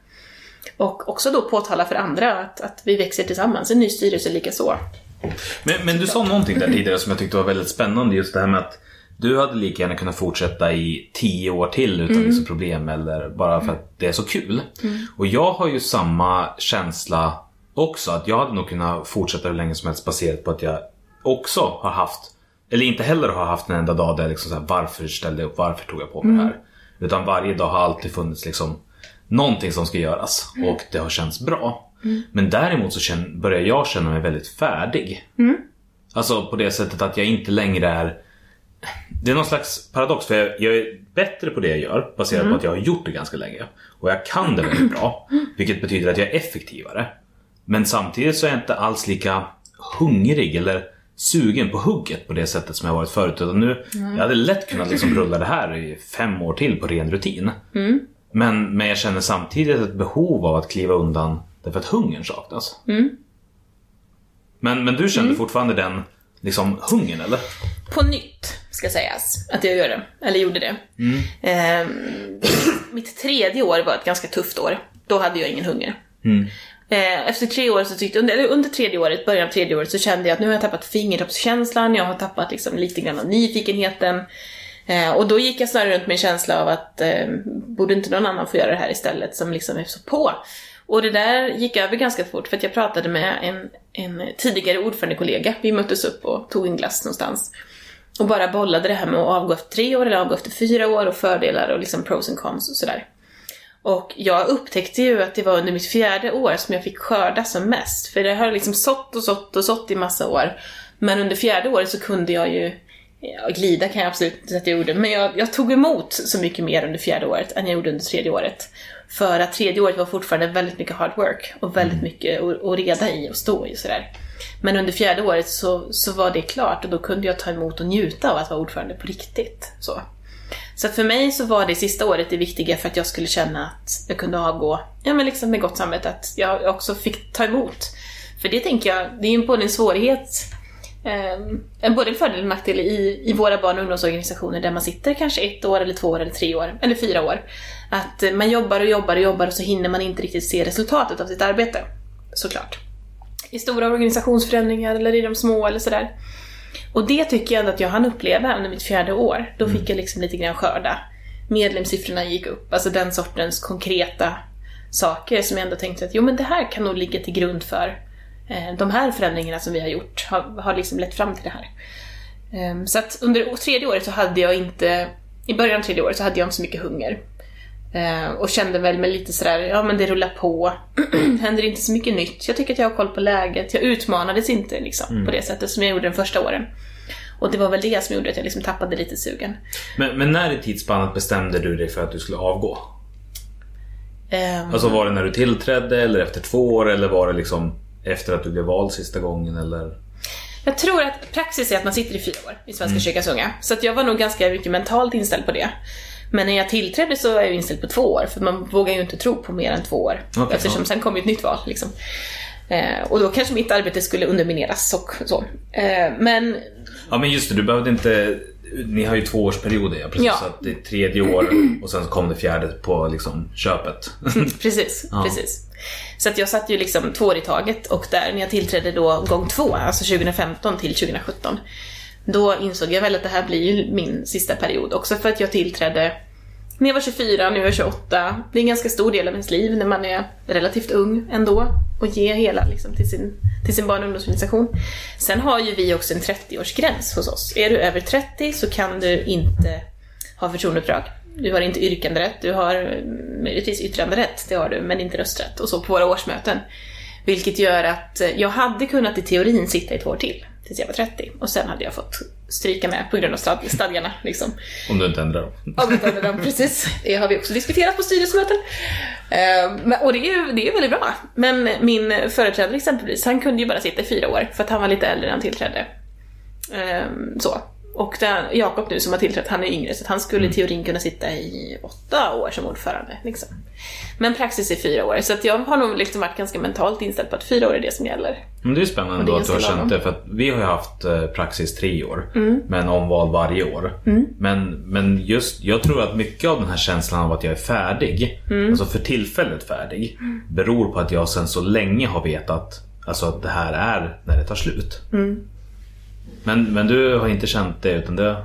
Och också då påtala för andra att, att vi växer tillsammans, en ny styrelse lika så. Men, men du sa någonting där tidigare som jag tyckte var väldigt spännande, just det här med att du hade lika gärna kunnat fortsätta i tio år till utan mm. liksom problem, eller bara för att det är så kul. Mm. Och jag har ju samma känsla också, att jag hade nog kunnat fortsätta hur länge som helst baserat på att jag också har haft, eller inte heller har haft en enda dag där jag liksom så här, varför ställde jag upp, varför tog jag på mig mm. det här. Utan varje dag har alltid funnits liksom någonting som ska göras mm. och det har känts bra. Mm. Men däremot så känner, börjar jag känna mig väldigt färdig. Mm. Alltså på det sättet att jag inte längre är, det är någon slags paradox, för jag, jag är bättre på det jag gör baserat mm. på att jag har gjort det ganska länge. Och jag kan det väldigt bra, vilket betyder att jag är effektivare. Men samtidigt så är jag inte alls lika hungrig eller sugen på hugget på det sättet som jag varit förut. Utan nu, mm. jag hade lätt kunnat liksom rulla det här i fem år till på ren rutin. Mm. Men, men jag känner samtidigt ett behov av att kliva undan därför att hungern saknas. Mm. Men, men du kände mm. fortfarande den liksom hungern, eller? På nytt ska sägas att jag gör det, eller gjorde det. Mm. Eh, mitt tredje år var ett ganska tufft år. Då hade jag ingen hunger. Mm. Eh, efter tre år så tyckte, under, under tredje året, början av tredje året, så kände jag att nu har jag tappat fingertoppskänslan. Jag har tappat liksom lite grann av nyfikenheten. Eh, och då gick jag snarare runt med en känsla av att eh, borde inte någon annan få göra det här istället, som liksom är så på. Och det där gick över ganska fort, för att jag pratade med en, en tidigare ordförandekollega. Vi möttes upp och tog en glass någonstans. Och bara bollade det här med att avgå efter tre år eller avgå efter fyra år och fördelar och liksom pros and cons och sådär. Och jag upptäckte ju att det var under mitt fjärde år som jag fick skörda som mest. För det har liksom sått och sått och sått i massa år. Men under fjärde året så kunde jag ju, ja, glida kan jag absolut inte säga att jag gjorde. Men jag, jag tog emot så mycket mer under fjärde året än jag gjorde under tredje året. För att tredje året var fortfarande väldigt mycket hard work och väldigt mycket att, att reda i och stå i och sådär. Men under fjärde året så, så var det klart, och då kunde jag ta emot och njuta av att vara ordförande på riktigt. Så. Så för mig så var det sista året det viktiga, för att jag skulle känna att jag kunde avgå, ja, men liksom med gott samvete, att jag också fick ta emot. För det tänker jag, det är ju både en svårighet, eh, både en fördel och en nackdel i, i våra barn- och ungdomsorganisationer där man sitter kanske ett år eller två år eller tre år eller fyra år. Att man jobbar och jobbar och jobbar och så hinner man inte riktigt se resultatet av sitt arbete, såklart. I stora organisationsförändringar eller i de små eller sådär. Och det tycker jag ändå att jag hann uppleva under mitt fjärde år. Då fick jag liksom lite grann skörda. Medlemssiffrorna gick upp. Alltså den sortens konkreta saker som jag ändå tänkte att jo, men det här kan nog ligga till grund för eh, de här förändringarna som vi har gjort. Har, har liksom lett fram till det här. Um, så att under tredje året så hade jag inte, i början av tredje året så hade jag inte så mycket hunger. Uh, och kände väl med lite sådär, ja men det rullar på. Händer inte så mycket nytt. Jag tycker att jag har koll på läget. Jag utmanades inte liksom, mm. på det sättet som jag gjorde de första åren. Och det var väl det som gjorde att jag liksom tappade lite sugen. Men, men när i tidsspannet bestämde du dig för att du skulle avgå? Um, alltså var det när du tillträdde eller efter två år, eller var det liksom efter att du blev vald sista gången eller? Jag tror att praxis är att man sitter i fyra år i Svenska mm. kyrkans unga. Så att jag var nog ganska mycket mentalt inställd på det. Men när jag tillträdde så var jag inställd på två år. För man vågar ju inte tro på mer än två år. Okay, eftersom ja. sen kom ju ett nytt val liksom. eh, Och då kanske mitt arbete skulle undermineras och så. eh, Men Ja men just det, du behövde inte. Ni har ju tvåårsperioder, ja, precis, ja. Så att det är tredje år och sen kom det fjärde på liksom köpet. Mm, precis, ja. precis. Så att jag satt ju liksom två år i taget. Och där när jag tillträdde då gång två, alltså tjugo femton till tjugo sjutton, då insåg jag väl att det här blir ju min sista period. Också för att jag tillträdde när jag var tjugofyra, nu är jag tjugoåtta. Det är en ganska stor del av ens liv när man är relativt ung ändå. Och ge hela liksom, till sin, till sin barn- och ungdomsorganisation. Sen har ju vi också en trettio-årsgräns hos oss. Är du över trettio så kan du inte ha förtroendeuppdrag. Du har inte yrkanderätt, du har möjligtvis yttranderätt, det har du, men inte rösträtt. Och så på våra årsmöten. Vilket gör att jag hade kunnat i teorin sitta i två år till, tills jag var trettio. Och sen hade jag fått stryka med på grund av stad- stadgarna. Liksom. Om du inte ändrar dem. Om du inte ändrar dem, precis. Det har vi också diskuterat på styrelsemöten. Uh, och det är ju det är väldigt bra. Men min företrädare exempelvis, han kunde ju bara sitta i fyra år. För att han var lite äldre när han tillträdde. Uh, så. Och där, Jakob nu som har tillträtt, han är yngre. Så att han skulle i teorin kunna sitta i åtta år som ordförande. Liksom. Men praxis är fyra år. Så att jag har nog liksom varit ganska mentalt inställd på att fyra år är det som gäller. Men det är spännande då att du har känt det. För att vi har ju haft eh, praxis tre år. Mm. Men omval varje år. Mm. Men, men just, jag tror att mycket av den här känslan av att jag är färdig. Mm. Alltså för tillfället färdig. Mm. Beror på att jag sen så länge har vetat. Alltså att det här är när det tar slut. Mm. Men, men du har inte känt det utan det.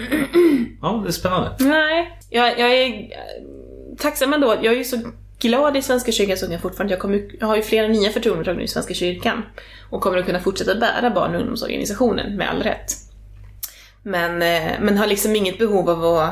Ja, det är spännande. Nej, jag, jag är tacksam ändå. Jag är ju så glad i Svenska kyrkans unga fortfarande. Jag, kommer, jag har ju flera nya förtroendeuppdrag i Svenska kyrkan. Och kommer att kunna fortsätta bära barn- och ungdomsorganisationen med all rätt. Men, men har liksom inget behov av att,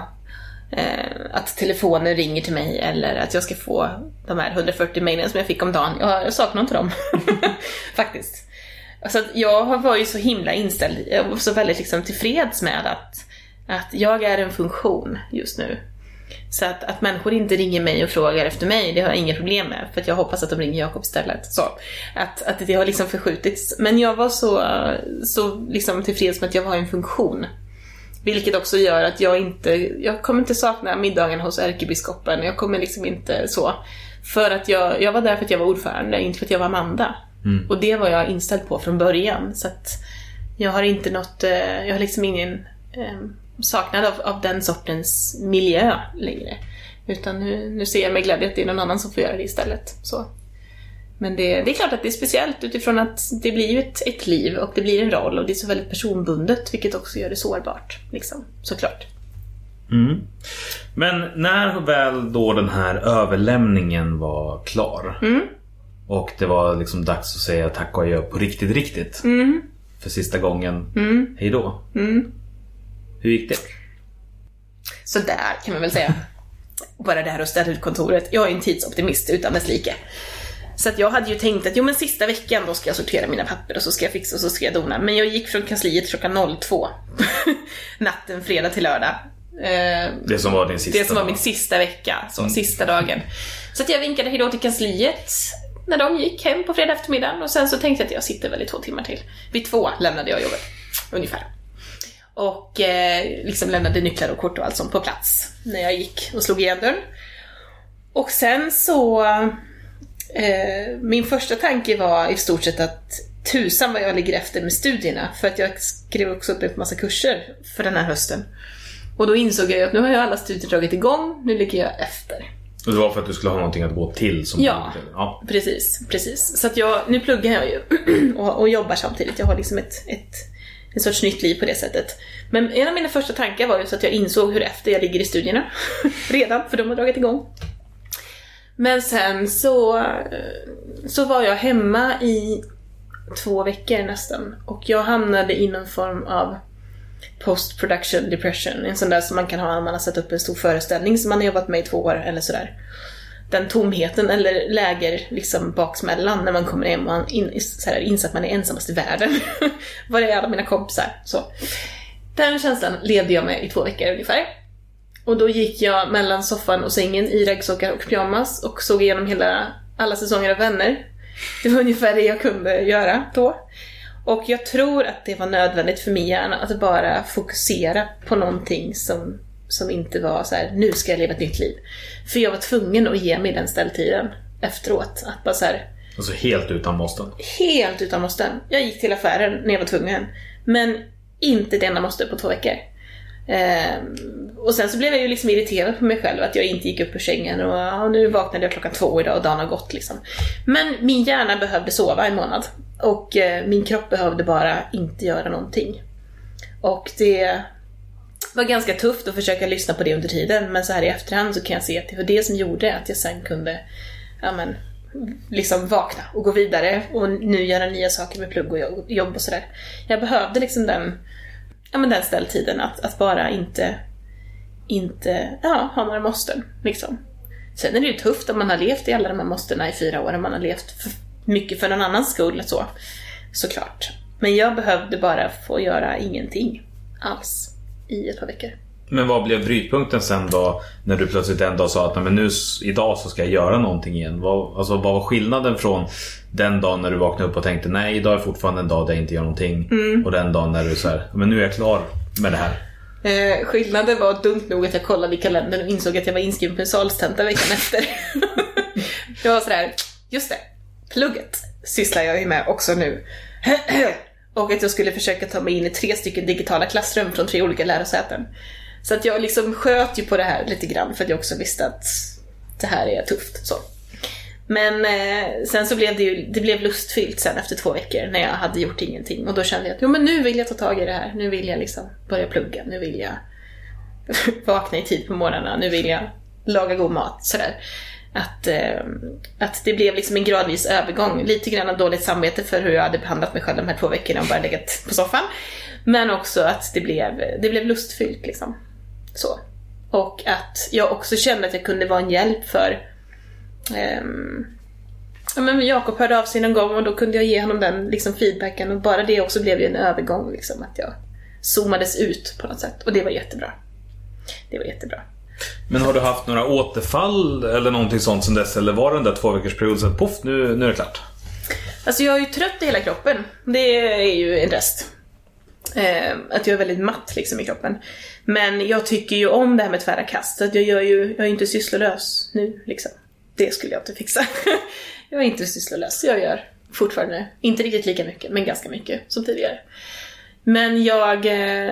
att telefonen ringer till mig. Eller att jag ska få de här hundrafyrtio mejlen som jag fick om dagen. Jag, jag saknar inte dem. Faktiskt. Så att jag var ju så himla inställd. Jag var så väldigt liksom tillfreds med att, att jag är en funktion just nu. Så att, att människor inte ringer mig och frågar efter mig, det har jag inga problem med. För att jag hoppas att de ringer Jakob istället. Så att, att det har liksom förskjutits. Men jag var så, så liksom tillfreds med att jag var en funktion. Vilket också gör att jag inte Jag kommer inte sakna middagen hos ärkebiskopen. Jag kommer liksom inte så. För att jag, jag var där för att jag var ordförande, inte för att jag var Amanda. Mm. Och det var jag inställd på från början. Så att jag har inte något Jag har liksom ingen eh, saknad av, av den sortens miljö längre. Utan nu, nu ser jag med glädje att det är någon annan som får göra det istället. Så. Men det, det är klart att det är speciellt utifrån att det blir ju ett, ett liv och det blir en roll. Och det är så väldigt personbundet, vilket också gör det sårbart liksom, såklart. Mm. Men när väl då den här överlämningen var klar mm. och det var liksom dags att säga tack och adjö på riktigt, riktigt mm. för sista gången, mm. hej då. Mm. Hur gick det? Så där kan man väl säga. Bara det här att ställa ut kontoret. Jag är en tidsoptimist utan dess like. Så att jag hade ju tänkt att jo men sista veckan då ska jag sortera mina papper och så ska jag fixa och så ska jag dona. Men jag gick från kansliet klockan noll två natten fredag till lördag. Det som var din sista Det som var min sista vecka, så mm. sista dagen. Så att jag vinkade hejdå till kansliet när de gick hem på fredag eftermiddag. Och sen så tänkte jag att jag sitter väl i två timmar till. Vid två lämnade jag jobbet, ungefär. Och eh, liksom lämnade nycklar och kort och allt sånt på plats när jag gick och slog igen dörren. Och sen så eh, min första tanke var i stort sett att tusan vad jag ligger efter med studierna. För att jag skrev också upp en massa kurser för den här hösten. Och då insåg jag att nu har jag alla studier dragit igång, nu ligger jag efter. Och det var för att du skulle ha någonting att gå till som ja, ja, precis, precis. Så att jag, nu pluggar jag ju och, och jobbar samtidigt. Jag har liksom ett, ett, en sorts nytt liv på det sättet. Men en av mina första tankar var ju så att jag insåg hur efter jag ligger i studierna redan, för de har dragit igång. Men sen så, så var jag hemma i två veckor nästan. Och jag hamnade i någon form av post-production depression. En sån där som man kan ha när man har satt upp en stor föreställning som man har jobbat med i två år eller sådär. Den tomheten eller läger liksom baksmällan när man kommer hem och man in, så här, inser att man är ensammast i världen. Var är alla mina kompisar? Så. Den känslan levde jag med i två veckor ungefär. Och då gick jag mellan soffan och sängen i raggsockar och pyjamas och såg igenom hela, alla säsonger av Vänner. Det var ungefär det jag kunde göra då. Och jag tror att det var nödvändigt för min hjärna att bara fokusera på någonting som, som inte var så här: nu ska jag leva ett nytt liv. För jag var tvungen att ge mig den ställtiden efteråt. Att bara så här, alltså helt utan måsten? Helt utan måsten. Jag gick till affären när jag var tvungen. Men inte det enda måste på två veckor. Ehm, och sen så blev jag ju liksom irriterad på mig själv att jag inte gick upp ur sängen och, och nu vaknade jag klockan två idag och dagen har gått liksom. Men min hjärna behövde sova en månad och eh, min kropp behövde bara inte göra någonting. Och det var ganska tufft att försöka lyssna på det under tiden, men så här i efterhand så kan jag se att det var det som gjorde att jag sen kunde, ja men, liksom vakna och gå vidare och nu göra nya saker med plugg och jobb och sådär. Jag behövde liksom den, ja men den ställtiden att, att bara inte inte, ja, ha några måsten liksom. Sen är det ju tufft om man har levt i alla de här måstena i fyra år och man har levt för mycket för någon annans skull så, såklart. Men jag behövde bara få göra ingenting alls i ett par veckor. Men vad blev brytpunkten sen då när du plötsligt en dag sa att men nu, idag så ska jag göra någonting igen? Vad, alltså, vad var skillnaden från den dagen när du vaknade upp och tänkte nej, idag är fortfarande en dag där jag inte gör någonting mm. och den dagen när du så här, men nu är jag klar med det här? Eh, skillnaden var dumt nog att jag kollade i kalendern och insåg att jag var inskriven på en salstenta veckan efter. Det var sådär, just det, plugget sysslar jag ju med också nu. Och att jag skulle försöka ta mig in i tre stycken digitala klassrum från tre olika lärosäten. Så att jag liksom sköt ju på det här lite grann för att jag också visste att det här är tufft så. Men eh, sen så blev det ju, det blev lustfyllt sen efter två veckor när jag hade gjort ingenting. Och då kände jag att jo, men nu vill jag ta tag i det här. Nu vill jag liksom börja plugga. Nu vill jag vakna i tid på morgnarna. Nu vill jag laga god mat. Sådär. Att, eh, att det blev liksom en gradvis övergång. Lite grann av dåligt samvete för hur jag hade behandlat mig själv de här två veckorna och bara legat på soffan. Men också att det blev, det blev lustfyllt liksom. Så. Och att jag också kände att jag kunde vara en hjälp för um, ja, men Jakob hörde av sig någon gång och då kunde jag ge honom den liksom feedbacken och bara det också blev ju en övergång liksom, att jag zoomades ut på något sätt och det var jättebra. Det var jättebra. Men har du haft några återfall eller någonting sånt som dess, eller var det den där två veckors period så att poff, nu, nu är det klart? Alltså jag är ju trött i hela kroppen. Det är ju en rest. Eh, att jag är väldigt matt liksom i kroppen. Men jag tycker ju om det här med tvära kast. Att jag, gör ju, jag är inte sysslolös nu liksom. Det skulle jag inte fixa. Jag är inte sysslolös. Jag gör fortfarande, inte riktigt lika mycket, men ganska mycket som tidigare. Men jag eh,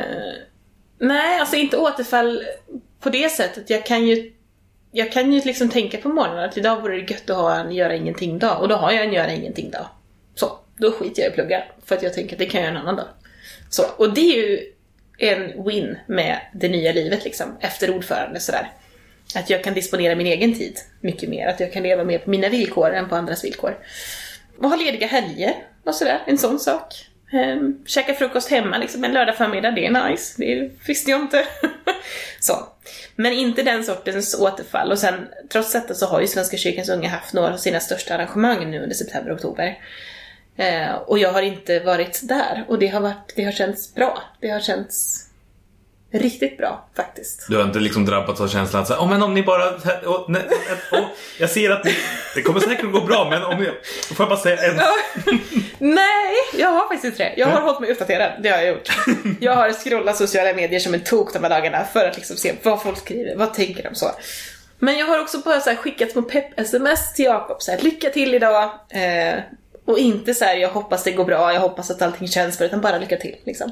nej, alltså inte återfall på det sättet. Jag kan ju Jag kan ju liksom tänka på morgonen att idag vore det gött att ha en göra ingenting dag. Och då har jag en göra ingenting dag. Så, då skiter jag i plugga. För att jag tänker att det kan jag en annan dag. Så, och det är ju en win med det nya livet liksom. Efter ordförande sådär. Att jag kan disponera min egen tid mycket mer. Att jag kan leva mer på mina villkor än på andras villkor. Och ha lediga helger och sådär. En sån sak. Um, käka frukost hemma liksom en lördag förmiddag. Det är nice. Det visste jag inte. Så. Men inte den sortens återfall. Och sen, trots detta så har ju Svenska kyrkans unga haft några av sina största arrangemang nu under september och oktober. Eh, och jag har inte varit där. Och det har, varit, det har känts bra. Det har känts riktigt bra faktiskt. Du har inte liksom drabbats av känslan att oh, men om ni bara oh, nej, oh, jag ser att ni, det kommer säkert gå bra, men om jag får jag bara säga en. Nej, jag har faktiskt inte det. Jag har hållit mig uppdaterad, det har jag gjort. Jag har scrollat sociala medier som en tok de här dagarna för att liksom se vad folk skriver, vad tänker de så. Men jag har också bara så här skickat små pepp-sms till Jakob så här, lycka till idag. Eh, och inte så här, jag hoppas det går bra, jag hoppas att allting känns bra, utan bara lycka till liksom.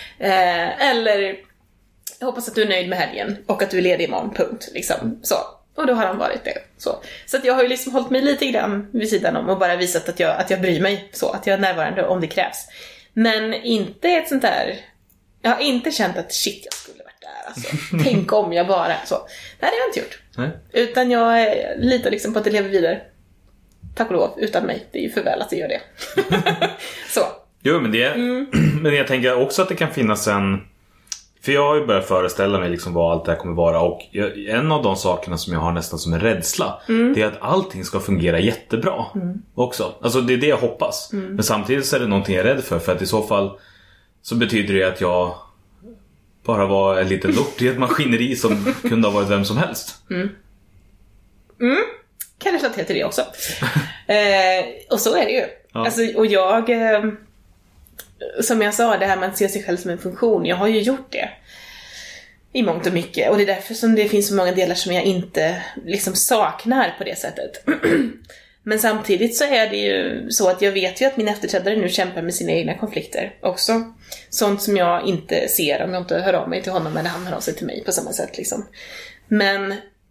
Eh, eller jag hoppas att du är nöjd med helgen och att du är ledig imorgon, punkt liksom. Så. Och då har han varit det. Så, så att jag har ju liksom hållit mig lite grann vid sidan om och bara visat att jag, att jag bryr mig så, att jag är närvarande om det krävs. Men inte ett sånt där, jag har inte känt att shit, jag skulle varit där alltså. Tänk om jag bara, så. Nej, det har jag inte gjort. Nej. Utan jag litar liksom på att det lever vidare. Tack och lov, utan mig. Det är ju för väl att det gör det. Så. Jo, men det mm. men jag tänker också att det kan finnas en, för jag har ju börjat föreställa mig liksom vad allt det här kommer vara. Och jag, en av de sakerna som jag har nästan som en rädsla mm. det är att allting ska fungera jättebra mm. också. Alltså det är det jag hoppas mm. Men samtidigt så är det någonting jag är rädd för. För att i så fall så betyder det att jag bara var en liten lort i ett maskineri som kunde ha varit vem som helst. Mm. Mm. Kan jag relatera till det också. Eh, och så är det ju. Ja. Alltså, och jag, eh, som jag sa, det här med att se sig själv som en funktion, jag har ju gjort det i mångt och mycket. Och det är därför som det finns så många delar som jag inte liksom saknar på det sättet. Men samtidigt så är det ju så att jag vet ju att min efterträdare nu kämpar med sina egna konflikter också. Sånt som jag inte ser om jag inte hör av mig till honom eller han hör av sig till mig på samma sätt liksom. Men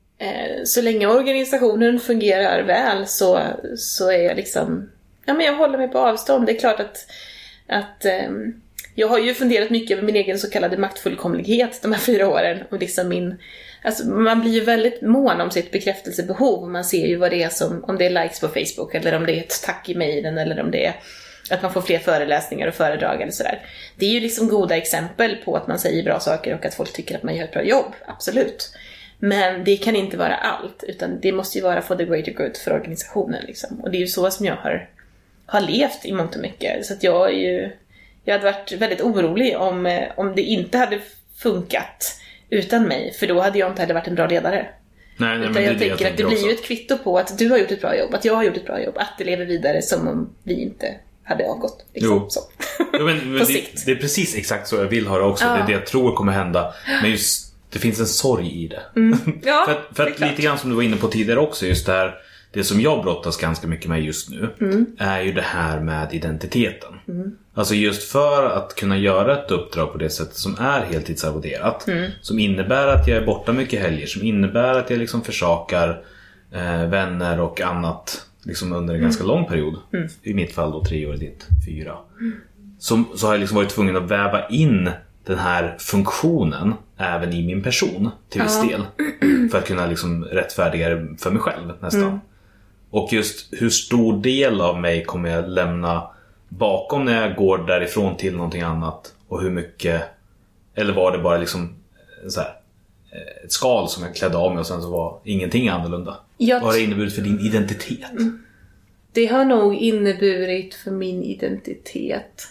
eh, så länge organisationen fungerar väl så, så är jag liksom, ja men jag håller mig på avstånd. Det är klart att, att eh, jag har ju funderat mycket över min egen så kallade maktfullkomlighet de här fyra åren. Och liksom min, alltså man blir ju väldigt mån om sitt bekräftelsebehov. Man ser ju vad det är som, om det är likes på Facebook eller om det är ett tack i mejlen eller om det är att man får fler föreläsningar och föredrag eller sådär. Det är ju liksom goda exempel på att man säger bra saker och att folk tycker att man gör ett bra jobb, absolut. Men det kan inte vara allt, utan det måste ju vara for the greater good för organisationen liksom. Och det är ju så som jag har, har levt i mångt och mycket. Så att jag är ju, jag hade varit väldigt orolig om, om det inte hade funkat utan mig, för då hade jag inte heller varit en bra ledare. Nej, nej, utan men jag det, tänker jag att det blir också. ju ett kvitto på att du har gjort ett bra jobb, att jag har gjort ett bra jobb, att det lever vidare som om vi inte hade avgått liksom. Jo. Så. Jo, men, men På det, sikt. det är precis exakt så jag vill ha det också. Ja. Det är det jag tror kommer hända. Men just, det finns en sorg i det. Ja, för att, för det är att klart. lite grann som du var inne på tidigare också, just det här, det som jag brottas ganska mycket med just nu Mm. är ju det här med identiteten. Mm. Alltså just för att kunna göra ett uppdrag på det sättet som är heltidsarvoderat, mm. som innebär att jag är borta mycket helger, som innebär att jag liksom försakar eh, vänner och annat liksom under en mm. ganska lång period. Mm. I mitt fall då tre år, i ditt fyra. Mm. Som, så har jag liksom varit tvungen att väva in den här funktionen även i min person till viss Ja. del. För att kunna liksom rättfärdiga det för mig själv nästan. Mm. Och just hur stor del av mig kommer jag lämna bakom när jag går därifrån till någonting annat. Och hur mycket, eller var det bara liksom så här, ett skal som jag klädde av mig och sen så var ingenting annorlunda. Jag Vad har det inneburit för din identitet? Mm. Det har nog inneburit för min identitet.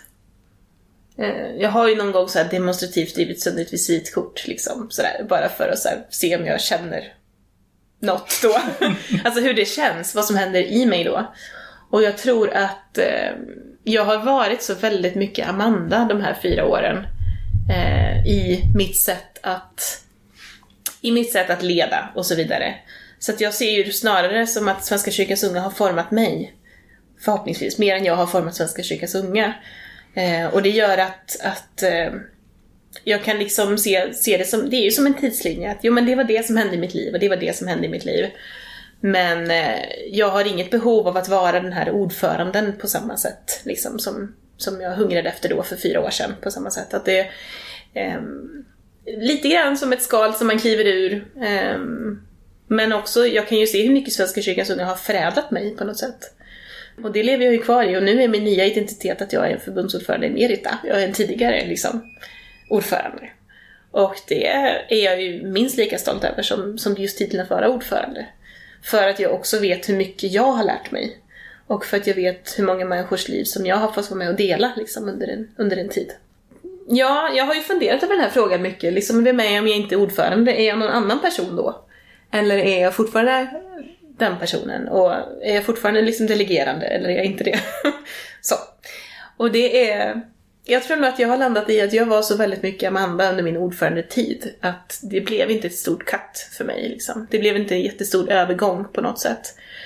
Jag har ju någon gång så här demonstrativt drivit sönder ett visitkort liksom, sådär, bara för att så här, se om jag känner något då. Alltså hur det känns, vad som händer i mig då. Och jag tror att eh, jag har varit så väldigt mycket Amanda de här fyra åren eh, i mitt sätt att i mitt sätt att leda och så vidare. Så att jag ser ju snarare som att Svenska kyrkans unga har format mig, förhoppningsvis, mer än jag har format Svenska kyrkans unga. Eh, och det gör att, att eh, jag kan liksom se, se det som, det är ju som en tidslinje. Att jo, men det var det som hände i mitt liv och det var det som hände i mitt liv. Men eh, jag har inget behov av att vara den här ordföranden på samma sätt liksom, som, som jag hungrade efter då för fyra år sedan på samma sätt. Att det eh, lite grann som ett skal som man kliver ur. Eh, men också, jag kan ju se hur mycket Svenska kyrkans unga har förädlat mig på något sätt. Och det lever jag ju kvar i. Och nu är min nya identitet att jag är en förbundsordförande emerita. Jag är en tidigare liksom, ordförande. Och det är jag ju minst lika stolt över som, som just titeln att vara ordförande. För att jag också vet hur mycket jag har lärt mig. Och för att jag vet hur många människors liv som jag har fått vara med och dela liksom, under, en, under en tid. Ja, jag har ju funderat över den här frågan mycket. Liksom, vem är jag om jag inte är ordförande? Är jag någon annan person då? Eller är jag fortfarande den personen? Och är jag fortfarande liksom delegerande? Eller är jag inte det? Så. Och det är... Jag tror nog att jag har landat i att jag var så väldigt mycket Amanda under min ordförandetid. Att det blev inte ett stort cut för mig. Liksom. Det blev inte en jättestor övergång på något sätt.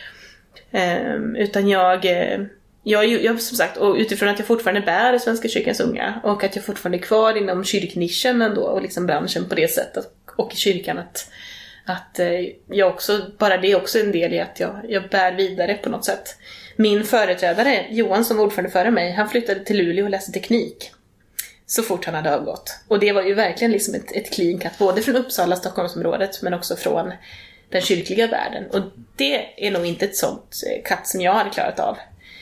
Um, utan jag... Jag, jag, som sagt, och utifrån att jag fortfarande bär Svenska kyrkans unga och att jag fortfarande är kvar inom kyrknischen ändå och liksom branschen på det sättet och i kyrkan att, att jag också, bara det är också en del i att jag, jag bär vidare på något sätt. Min företrädare, Johan som var ordförande före mig, han flyttade till Luleå och läste teknik så fort han hade avgått. Och det var ju verkligen liksom ett, ett clean cut, både från Uppsala, Stockholmsområdet, men också från den kyrkliga världen. Och det är nog inte ett sånt cut som jag hade klarat av.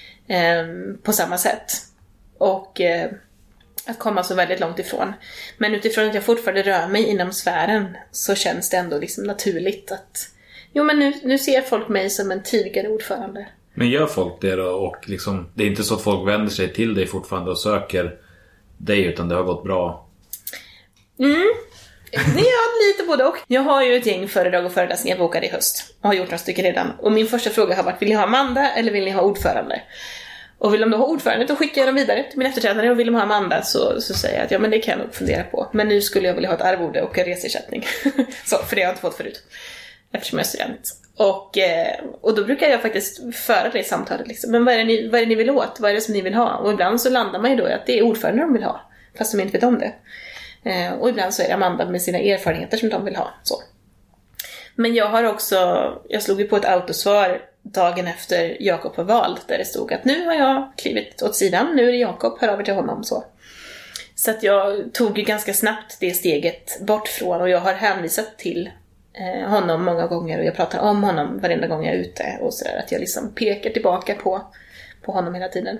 På samma sätt. Och eh, att komma så väldigt långt ifrån. Men utifrån att jag fortfarande rör mig inom sfären så känns det ändå liksom naturligt att jo men nu, nu ser folk mig som en tidigare ordförande. Men gör folk det då? Och liksom, det är inte så att folk vänder sig till dig fortfarande och söker dig, utan det har gått bra? Mm. Ni har lite både och. Jag har ju ett gäng föredrag och föreläsningar bokade i höst. Och har gjort några stycken redan. Och min första fråga har varit, vill ni ha Amanda eller vill ni ha ordförande? Och vill de då ha ordförande, då skickar jag dem vidare till min efterträdare. Och vill de ha Amanda så, så säger jag att ja, men det kan jag nog fundera på. Men nu skulle jag vilja ha ett arvode och en resersättning. Så, för det har jag inte fått förut. Eftersom jag är student. Och, och då brukar jag faktiskt föra det samtalet liksom. Men vad är, det ni, vad är det ni vill åt? Vad är det som ni vill ha? Och ibland så landar man ju då i att det är ordförande de vill ha. Fast de inte vet om det. Och ibland så är det Amanda med sina erfarenheter som de vill ha. Så. Men jag har också, jag slog ju på ett autosvar dagen efter Jakob var vald. Där det stod att nu har jag klivit åt sidan. Nu är det Jakob, hör över till honom. Så, så att jag tog ju ganska snabbt det steget bort från. Och jag har hänvisat till eh, honom många gånger. Och jag pratar om honom varenda gång jag är ute. Och sådär, att jag liksom pekar tillbaka på, på honom hela tiden.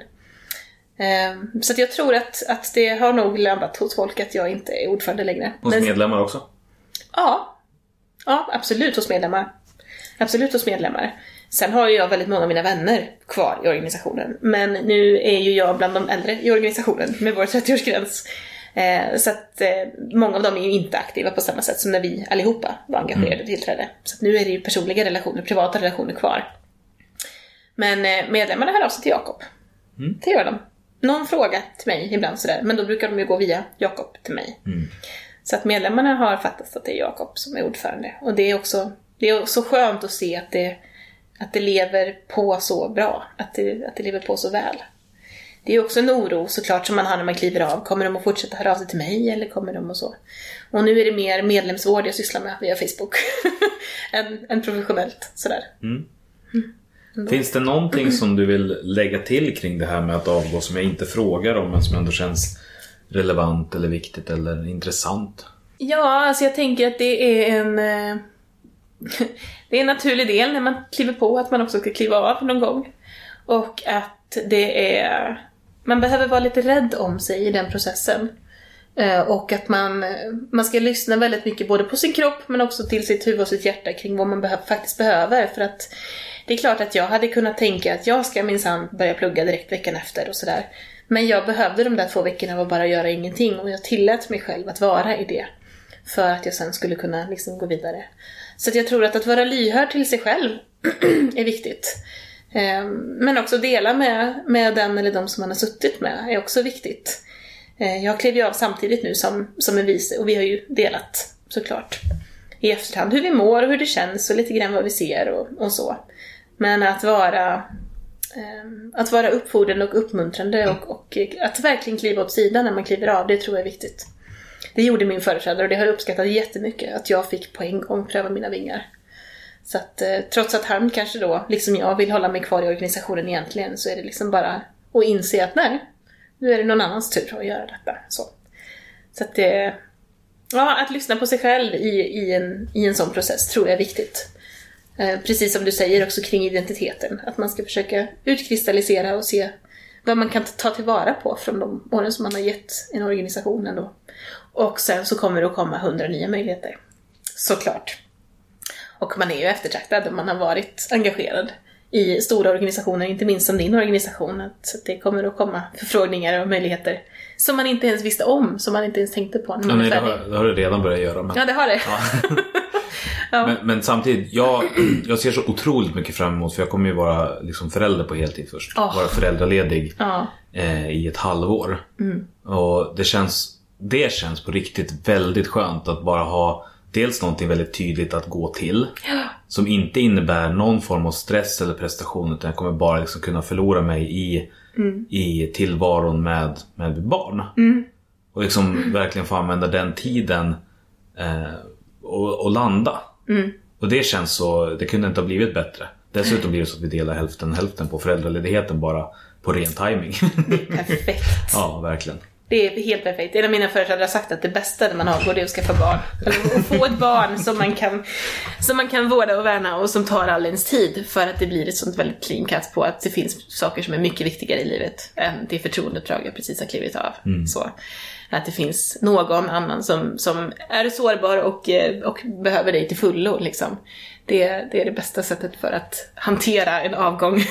Eh, så att jag tror att, att det har nog landat hos folk att jag inte är ordförande längre. Hos Men, medlemmar också? Ja. Ja, absolut hos medlemmar. Absolut hos medlemmar. Sen har ju jag väldigt många av mina vänner kvar i organisationen. Men nu är ju jag bland de äldre i organisationen med vår trettioårsgräns. Eh, så att eh, många av dem är ju inte aktiva på samma sätt som när vi allihopa var engagerade mm. tillträde. Så att nu är det ju personliga relationer, privata relationer kvar. Men eh, medlemmarna hör av sig till Jakob. Mm. Det gör de. Någon fråga till mig ibland sådär. Men då brukar de ju gå via Jakob till mig. Mm. Så att medlemmarna har fattat att det är Jakob som är ordförande. Och det är också, det är också skönt att se att det, att det lever på så bra. Att det, att det lever på så väl. Det är också en oro såklart som man har när man kliver av. Kommer de att fortsätta höra av sig till mig eller kommer de och så? Och nu är det mer medlemsvård jag sysslar med via Facebook. än, än professionellt sådär. Mm. Mm. Finns det någonting som du vill lägga till kring det här med att avgå som jag inte frågar om men som ändå känns relevant eller viktigt eller intressant? Ja, alltså jag tänker att det är en det är en naturlig del när man kliver på att man också ska kliva av någon gång. Och att det är man behöver vara lite rädd om sig i den processen. Och att man, man ska lyssna väldigt mycket både på sin kropp men också till sitt huvud och sitt hjärta kring vad man behöver, faktiskt behöver. För att det är klart att jag hade kunnat tänka att jag ska minsann börja plugga direkt veckan efter och sådär. Men jag behövde de där två veckorna och bara göra ingenting. Och jag tillät mig själv att vara i det. För att jag sen skulle kunna liksom gå vidare. Så att jag tror att att vara lyhörd till sig själv är viktigt. Men också dela med, med den eller de som man har suttit med är också viktigt. Jag klev ju av samtidigt nu som, som en vice. Och vi har ju delat såklart i efterhand hur vi mår och hur det känns. Och lite grann vad vi ser och, och så. Men att vara... Att vara uppfordrande och uppmuntrande och, och att verkligen kliva åt sidan när man kliver av, det tror jag är viktigt. Det gjorde min företrädare och det har jag uppskattat jättemycket att jag fick på en gång pröva mina vingar. Så att trots att han kanske då, liksom jag, vill hålla mig kvar i organisationen egentligen, så är det liksom bara att inse att nej, nu är det någon annans tur att göra detta. Så, så att det, ja, att lyssna på sig själv i, i, en, i en sån process tror jag är viktigt. Precis som du säger också kring identiteten. Att man ska försöka utkristallisera och se vad man kan ta tillvara på från de åren som man har gett en organisation ändå. Och sen så kommer det att komma hundra nya möjligheter. Såklart. Och man är ju eftertraktad om man har varit engagerad i stora organisationer, inte minst som din organisation. Att det kommer att komma förfrågningar och möjligheter som man inte ens visste om, som man inte ens tänkte på när man ja, är nej, färdig. Det har, det har det redan börjat göra. Men... Ja, det har det. Ja. Ja. Men, men samtidigt, jag, jag ser så otroligt mycket fram emot, för jag kommer ju vara liksom förälder på heltid först. Oh. Vara föräldraledig oh. eh, i ett halvår. Mm. Och det känns, det känns på riktigt väldigt skönt att bara ha dels någonting väldigt tydligt att gå till. Ja. Som inte innebär någon form av stress eller prestation, utan jag kommer bara liksom kunna förlora mig i, mm. i tillvaron med, med barn. Mm. Och liksom mm. verkligen få använda den tiden eh, och, och landa. Mm. Och det känns så, det kunde inte ha blivit bättre. Dessutom blir det så att vi delar hälften hälften på föräldraledigheten bara på ren timing. Det är perfekt. Ja, verkligen. Det är helt perfekt. En av mina föräldrar har sagt att det bästa när man har går det att skaffa barn. Eller att få ett barn som man kan, som man kan vårda och värna och som tar all ens tid. För att det blir ett sånt väldigt clean cut på att det finns saker som är mycket viktigare i livet än det förtroendeuppdrag jag precis har klivit av. Mm. Så att det finns någon annan som, som är sårbar och, och behöver dig till fullo liksom. Det, det är det bästa sättet för att hantera en avgång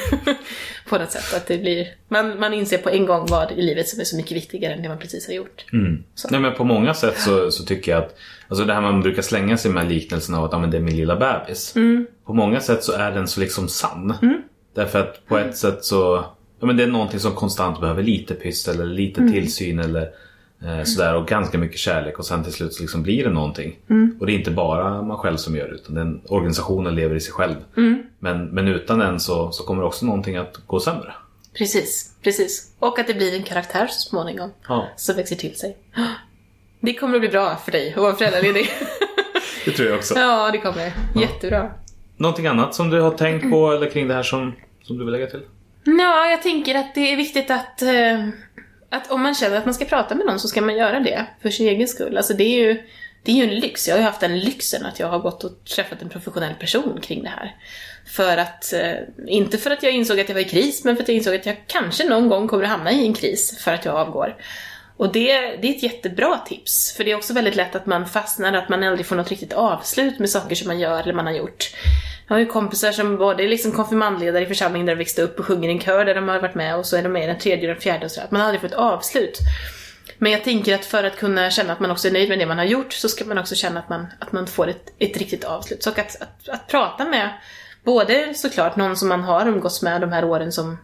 på något sätt. Att det blir, man, man inser på en gång vad i livet som är så mycket viktigare än det man precis har gjort. Mm. Nej, men på många sätt så, så tycker jag att alltså det här man brukar slänga sig med liknelsen av att ja, men det är min lilla bebis. Mm. På många sätt så är den så liksom sann. Mm. Därför att på ett mm. sätt så ja, men det är någonting som konstant behöver lite pyssel eller lite mm. tillsyn eller eh, sådär, och ganska mycket kärlek, och sen till slut så liksom blir det någonting. Mm. Och det är inte bara man själv som gör det, utan den organisationen lever i sig själv. Mm. Men, men utan den så, så kommer också någonting att gå sämre. Precis, precis. Och att det blir en karaktär så småningom ja. Som växer till sig. Det kommer att bli bra för dig att vara föräldraledig. Det tror jag också. Ja, det kommer. Jättebra. Ja. Någonting annat som du har tänkt på eller kring det här som, som du vill lägga till? Ja, jag tänker att det är viktigt att, eh, att om man känner att man ska prata med någon så ska man göra det för sin egen skull. Alltså det är ju, det är ju en lyx. Jag har ju haft den lyxen att jag har gått och träffat en professionell person kring det här. För att, eh, inte för att jag insåg att jag var i kris, men för att jag insåg att jag kanske någon gång kommer att hamna i en kris för att jag avgår. Och det, det är ett jättebra tips. För det är också väldigt lätt att man fastnar, att man aldrig får något riktigt avslut med saker som man gör eller man har gjort. Jag har ju kompisar som både är liksom konfirmandledare i församlingen där de växte upp och sjunger i en kör där de har varit med, och så är de med i den tredje och den fjärde och så. Att man aldrig får ett avslut. Men jag tänker att för att kunna känna att man också är nöjd med det man har gjort, så ska man också känna att man, att man får ett, ett riktigt avslut. Så att, att, att prata med både såklart någon som man har umgåtts med de här åren som,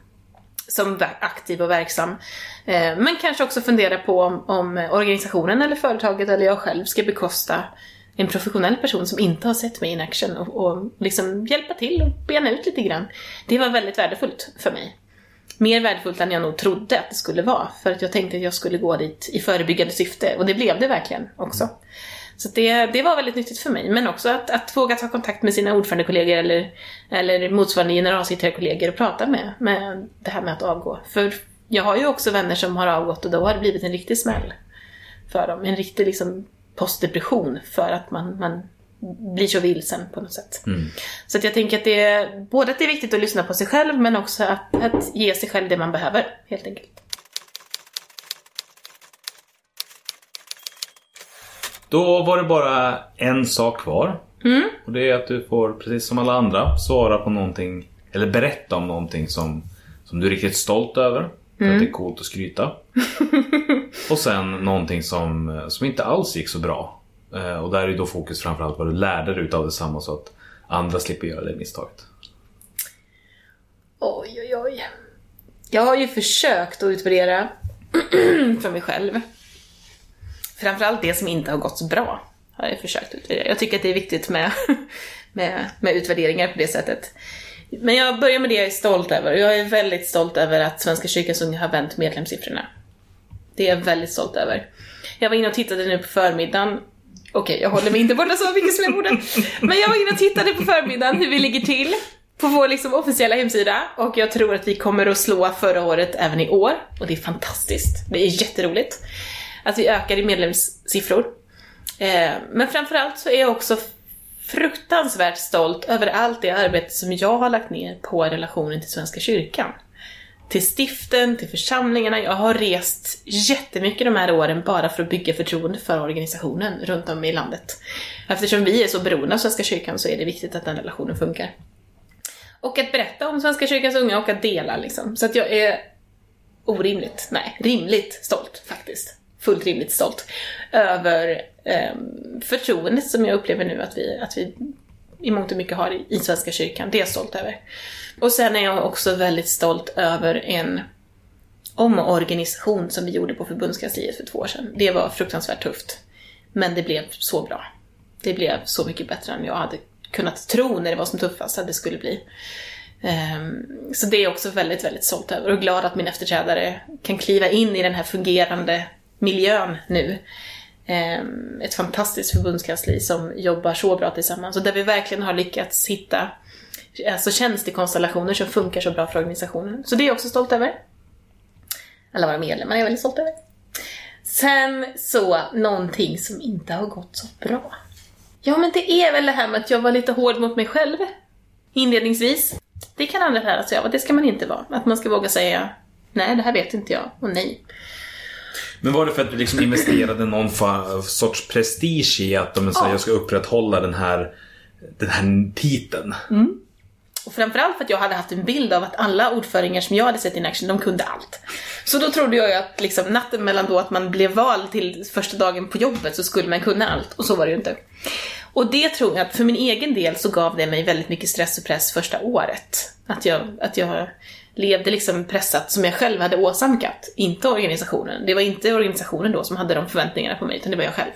som aktiv och verksam. Eh, men kanske också fundera på om, om organisationen eller företaget eller jag själv ska bekosta en professionell person som inte har sett mig in action och, och liksom hjälpa till och bena ut lite grann. Det var väldigt värdefullt för mig. Mer värdefullt än jag nog trodde att det skulle vara. För att jag tänkte att jag skulle gå dit i förebyggande syfte. Och det blev det verkligen också. Så det, det var väldigt nyttigt för mig. Men också att, att våga ta kontakt med sina ordförandekollegor eller, eller motsvarande generalsekreterarkollegor och prata med, med det här med att avgå. För jag har ju också vänner som har avgått och då har det blivit en riktig smäll för dem. En riktig liksom postdepression för att man, man blir så vilsen på något sätt. Mm. Så att jag tänker att det är både att det är viktigt att lyssna på sig själv, men också att, att ge sig själv det man behöver, helt enkelt. Då var det bara en sak kvar. Mm. Och det är att du får, precis som alla andra, svara på någonting, eller berätta om någonting som, som du är riktigt stolt över. För mm. att det är coolt att skryta. Och sen någonting som, som inte alls gick så bra. Eh, och där är då fokus framförallt vad du lärde dig utav detsamma, så att andra slipper göra det misstaget. Oj, oj, oj. Jag har ju försökt att utvärdera för mig själv. Framförallt det som inte har gått så bra har jag försökt utvärdera. Jag tycker att det är viktigt med, med, med utvärderingar på det sättet. Men jag börjar med det jag är stolt över. Jag är väldigt stolt över att Svenska kyrkans unga har vänt medlemssiffrorna. Det är jag väldigt stolt över. Jag var inne och tittade nu på förmiddagen. Okej, okay, jag håller mig inte borta så mycket som jag borde. Men jag var inne och tittade på förmiddagen hur vi ligger till på vår liksom officiella hemsida. Och jag tror att vi kommer att slå förra året även i år. Och det är fantastiskt. Det är jätteroligt att vi ökar i medlemssiffror. Men framförallt så är jag också fruktansvärt stolt över allt det arbete som jag har lagt ner på relationen till Svenska kyrkan. Till stiften, till församlingarna. Jag har rest jättemycket de här åren bara för att bygga förtroende för organisationen runt om i landet. Eftersom vi är så beroende av Svenska kyrkan så är det viktigt att den relationen funkar. Och att berätta om Svenska kyrkans unga och att dela liksom. Så att jag är orimligt, nej, rimligt stolt faktiskt. Fullt rimligt stolt över eh, förtroendet som jag upplever nu att vi, att vi i mångt och mycket har i, i Svenska kyrkan. Det är jag stolt över. Och sen är jag också väldigt stolt över en omorganisation som vi gjorde på förbundskansliet för två år sedan. Det var fruktansvärt tufft. Men det blev så bra. Det blev så mycket bättre än jag hade kunnat tro när det var som tuffast att det skulle bli. Um, så det är jag också väldigt, väldigt stolt över. Och glad att min efterträdare kan kliva in i den här fungerande miljön nu. Um, ett fantastiskt förbundskansli som jobbar så bra tillsammans. Och där vi verkligen har lyckats hitta alltså tjänstekonstellationer som funkar så bra för organisationen. Så det är jag också stolt över. Alla våra medlemmar är jag väldigt stolt över. Sen så, någonting som inte har gått så bra. Ja, men det är väl det här med att jag var lite hård mot mig själv inledningsvis. Det kan andra lära sig av, och det ska man inte vara. Att man ska våga säga, nej, det här vet inte jag, och nej. Men var det för att du liksom investerade någon sorts prestige i att de, ja. jag ska upprätthålla den här den här titeln. Mm. Och framförallt för att jag hade haft en bild av att alla ordföringar som jag hade sett in action, de kunde allt. Så då trodde jag att liksom, natten mellan då att man blev vald till första dagen på jobbet så skulle man kunna allt. Och så var det ju inte. Och det tror jag att för min egen del så gav det mig väldigt mycket stress och press första året. Att jag, att jag levde liksom pressat som jag själv hade åsamkat. Inte organisationen. Det var inte organisationen då som hade de förväntningarna på mig, utan det var jag själv.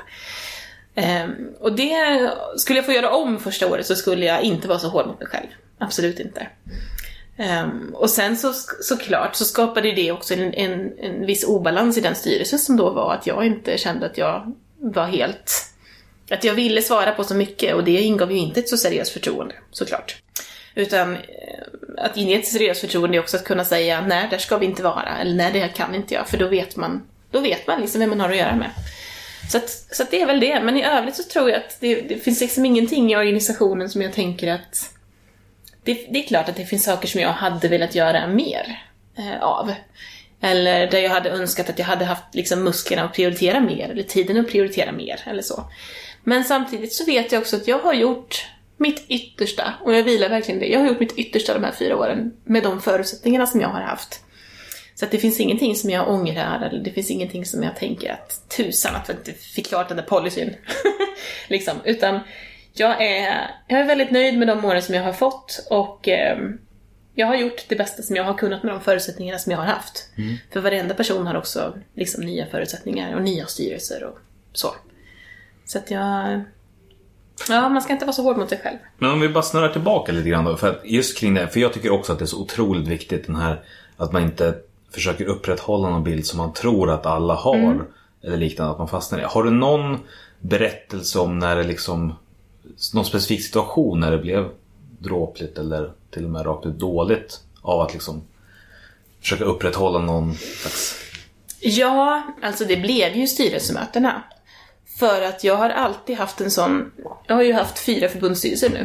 Um, och det skulle jag få göra om första året så skulle jag inte vara så hård mot mig själv. Absolut inte. Um, och sen så såklart så skapade det också en, en, en viss obalans i den styrelsen som då var att jag inte kände att jag var helt... Att jag ville svara på så mycket och det ingav ju inte ett så seriöst förtroende, såklart. Utan att inge ett seriöst förtroende är också att kunna säga nej, där ska vi inte vara. Eller nej, det kan inte jag. För då vet man, då vet man liksom vem man har att göra med. Så, att, så att det är väl det. Men i övrigt så tror jag att det, det finns liksom ingenting i organisationen som jag tänker att... Det, det är klart att det finns saker som jag hade velat göra mer eh, av. Eller där jag hade önskat att jag hade haft liksom musklerna att prioritera mer. Eller tiden att prioritera mer. Eller så. Men samtidigt så vet jag också att jag har gjort mitt yttersta. Och jag vilar verkligen det. Jag har gjort mitt yttersta de här fyra åren. Med de förutsättningarna som jag har haft. Så att det finns ingenting som jag ångrar. Eller det finns ingenting som jag tänker att tusan att jag inte fick klart den där policyn. liksom. Utan jag är, jag är väldigt nöjd med de åren som jag har fått. Och eh, jag har gjort det bästa som jag har kunnat med de förutsättningarna som jag har haft. Mm. För varenda person har också liksom nya förutsättningar. Och nya styrelser och så. Så att jag... Ja, man ska inte vara så hård mot sig själv. Men om vi bara snurrar tillbaka lite grann då. För att just kring det, för jag tycker också att det är så otroligt viktigt den här, att man inte försöker upprätthålla någon bild som man tror att alla har. Mm. Eller liknande, att man fastnar i. Har du någon berättelse om när det liksom, någon specifik situation när det blev dråpligt eller till och med rakt ut dåligt av att liksom försöka upprätthålla någon slags... Ja, alltså det blev ju styrelsemötena. För att jag har alltid haft en sån... Jag har ju haft fyra förbundsstyrelser nu.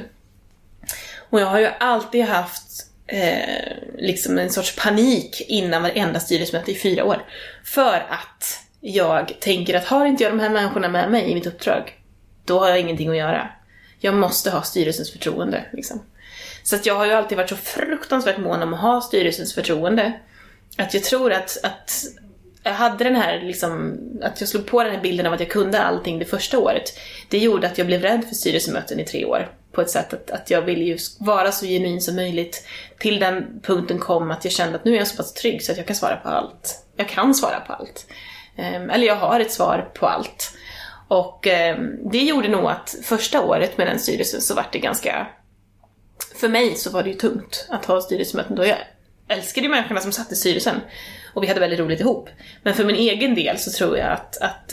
Och jag har ju alltid haft eh, liksom en sorts panik innan varenda styrelsemöte i fyra år. För att jag tänker att har inte jag de här människorna med mig i mitt uppdrag, då har jag ingenting att göra. Jag måste ha styrelsens förtroende. Liksom. Så att jag har ju alltid varit så fruktansvärt mån om att ha styrelsens förtroende. Att jag tror att... att jag hade den här liksom, att jag slog på den här bilden av att jag kunde allting det första året. Det gjorde att jag blev rädd för styrelsemöten i tre år. På ett sätt att, att jag ville ju vara så genuin som möjligt. Till den punkten kom att jag kände att nu är jag så pass trygg så att jag kan svara på allt. Jag kan svara på allt. Um, eller jag har ett svar på allt. Och um, det gjorde nog att första året med den styrelsen så var det ganska... För mig så var det ju tungt att ha styrelsemöten då. Jag älskade människorna som satt i styrelsen. Och vi hade väldigt roligt ihop. Men för min egen del så tror jag att, att,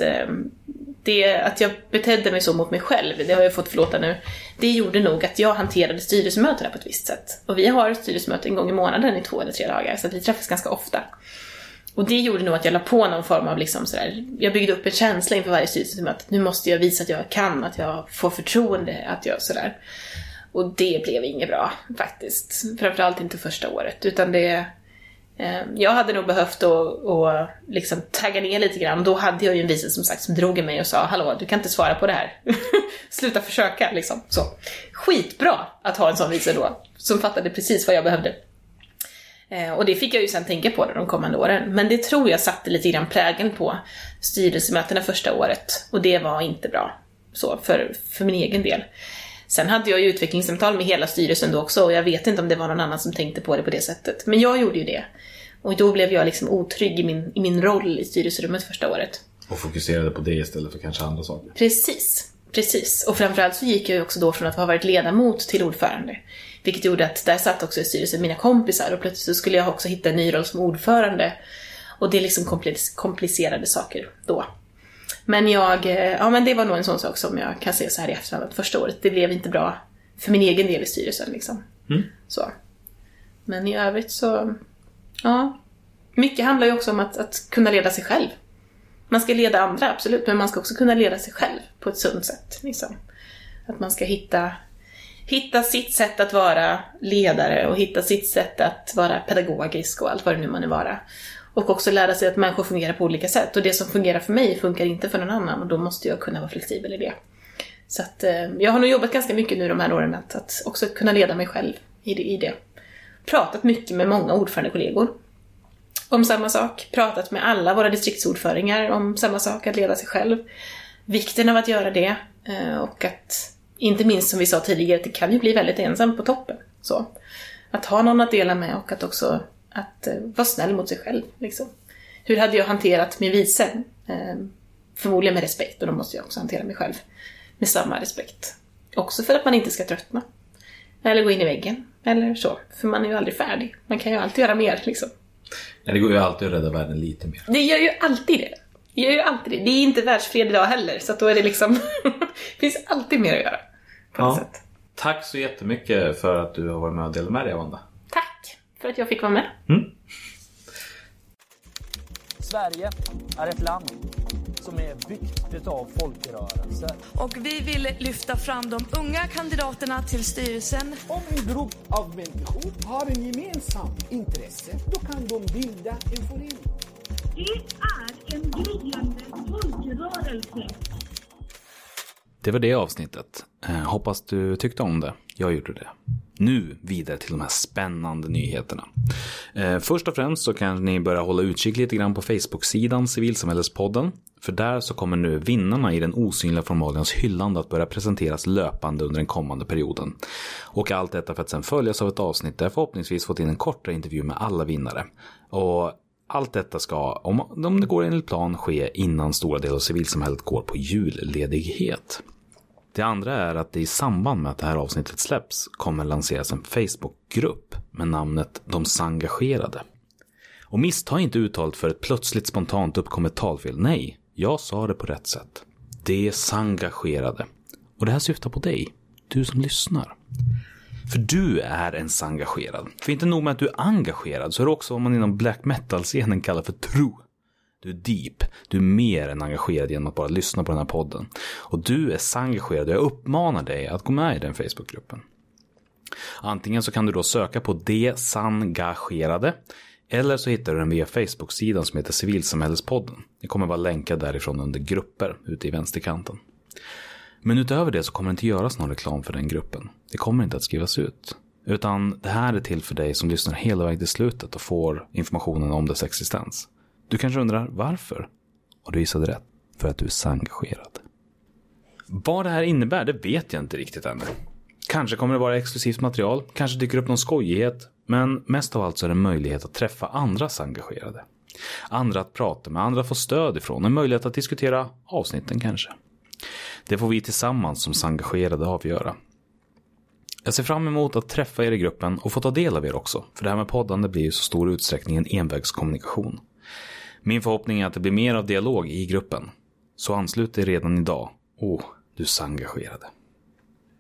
det, att jag betedde mig så mot mig själv, det har jag fått förlåta nu, det gjorde nog att jag hanterade styrelsemötena på ett visst sätt. Och vi har styrelsemöte en gång i månaden i två eller tre dagar, så att vi träffas ganska ofta. Och det gjorde nog att jag la på någon form av liksom sådär, jag byggde upp en känsla inför varje styrelsemöte. Nu måste jag visa att jag kan, att jag får förtroende, att jag sådär. Och det blev inget bra faktiskt. Framförallt inte första året, utan det... Jag hade nog behövt att, att liksom tagga ner lite grann. Då hade jag ju en vice som sagt som drog i mig och sa: hallå, du kan inte svara på det här. Sluta försöka liksom. Så. Skitbra att ha en sån vice då, som fattade precis vad jag behövde. Och det fick jag ju sen tänka på de kommande åren. Men det tror jag satte lite grann prägen på styrelsemötena första året. Och det var inte bra så för, för min egen del. Sen hade jag ju utvecklingssamtal med hela styrelsen då också. Och jag vet inte om det var någon annan som tänkte på det på det sättet. Men jag gjorde ju det. Och då blev jag liksom otrygg i min, i min roll i styrelserummet första året. Och fokuserade på det istället för kanske andra saker. Precis, precis. Och framförallt så gick jag ju också då från att ha varit ledamot till ordförande. Vilket gjorde att där satt också i styrelsen mina kompisar. Och plötsligt så skulle jag också hitta en ny roll som ordförande. Och det liksom komplicerade saker då. Men jag, ja men det var nog en sån sak som jag kan se så här i efterhand att första året, det blev inte bra för min egen del i styrelsen liksom. Mm. Så. Men i övrigt så, ja, mycket handlar ju också om att, att kunna leda sig själv. Man ska leda andra, absolut, men man ska också kunna leda sig själv på ett sunt sätt liksom. Att man ska hitta, hitta sitt sätt att vara ledare och hitta sitt sätt att vara pedagogisk och allt vad det nu man är vara. Och också lära sig att människor fungerar på olika sätt. Och det som fungerar för mig funkar inte för någon annan. Och då måste jag kunna vara flexibel i det. Så att, eh, jag har nog jobbat ganska mycket nu de här åren att, att också kunna leda mig själv i det, i det. Pratat mycket med många ordförandekollegor om samma sak. Pratat med alla våra distriktsordföringar om samma sak, att leda sig själv. Vikten av att göra det. Eh, och att, inte minst som vi sa tidigare, att det kan ju bli väldigt ensam på toppen. Så, att ha någon att dela med och att också att, eh, vara snäll mot sig själv. Liksom. Hur hade jag hanterat min vice? Eh, förmodligen med respekt, och då måste jag också hantera mig själv med samma respekt. Också för att man inte ska tröttna. Eller gå in i väggen. Eller så. För man är ju aldrig färdig. Man kan ju alltid göra mer liksom. Ja, det går ju alltid att rädda världen lite mer. Det gör ju alltid det. Det gör ju alltid det. Det är inte världsfred idag heller. Så att då är det liksom... det finns alltid mer att göra. På ja. något sätt. Tack så jättemycket för att du har varit med och delat med dig, Wanda. Tack för att jag fick vara med. Mm. Sverige är ett land som är byggt av folkrörelser. Och vi vill lyfta fram de unga kandidaterna till styrelsen. Om en grupp av människor har en gemensam intresse, då kan de bilda en förening. Det är en gryende folkrörelse. Det var det avsnittet. Eh, hoppas du tyckte om det. Jag gjorde det. Nu vidare till de här spännande nyheterna. Eh, först och främst så kan ni börja hålla utkik lite grann på Facebook-sidan Civilsamhällespodden. För där så kommer nu vinnarna i den osynliga formalians hyllande att börja presenteras löpande under den kommande perioden. Och allt detta för att sen följas av ett avsnitt där förhoppningsvis fått in en kortare intervju med alla vinnare. Och allt detta ska, om, om det går enligt plan, ske innan stora delar av civilsamhället går på julledighet. Det andra är att det i samband med att det här avsnittet släpps kommer lanseras en Facebookgrupp med namnet De Sangagerade. Och missta inte uttalet för ett plötsligt spontant uppkommet talfel. Nej, jag sa det på rätt sätt. De Sangagerade. Och det här syftar på dig, du som lyssnar. För du är en sangagerad. För inte nog med att du är engagerad så är det också vad man inom black metal-scenen kallar för tro. Du är deep, du är mer än engagerad genom att bara lyssna på den här podden. Och du är sangagerad och jag uppmanar dig att gå med i den Facebookgruppen. Antingen så kan du då söka på De Sangagerade eller så hittar du den via Facebook-sidan som heter Civilsamhällespodden. Det kommer vara länkad därifrån under grupper ute i vänsterkanten. Men utöver det så kommer det inte göras någon reklam för den gruppen. Det kommer inte att skrivas ut. Utan det här är till för dig som lyssnar hela vägen till slutet och får informationen om dess existens. Du kanske undrar varför? Och du gissade rätt. För att du är sangagerad. Vad det här innebär, det vet jag inte riktigt ännu. Kanske kommer det vara exklusivt material. Kanske dyker upp någon skojighet. Men mest av allt så är det en möjlighet att träffa andra sangagerade. Andra att prata med, andra att få stöd ifrån. En möjlighet att diskutera avsnitten kanske. Det får vi tillsammans som sangagerade avgöra. Jag ser fram emot att träffa er i gruppen och få ta del av er också. För det här med poddande blir ju så stor utsträckning en envägskommunikation. Min förhoppning är att det blir mer av dialog i gruppen. Så anslut dig redan idag. Åh, oh, du sangagerade.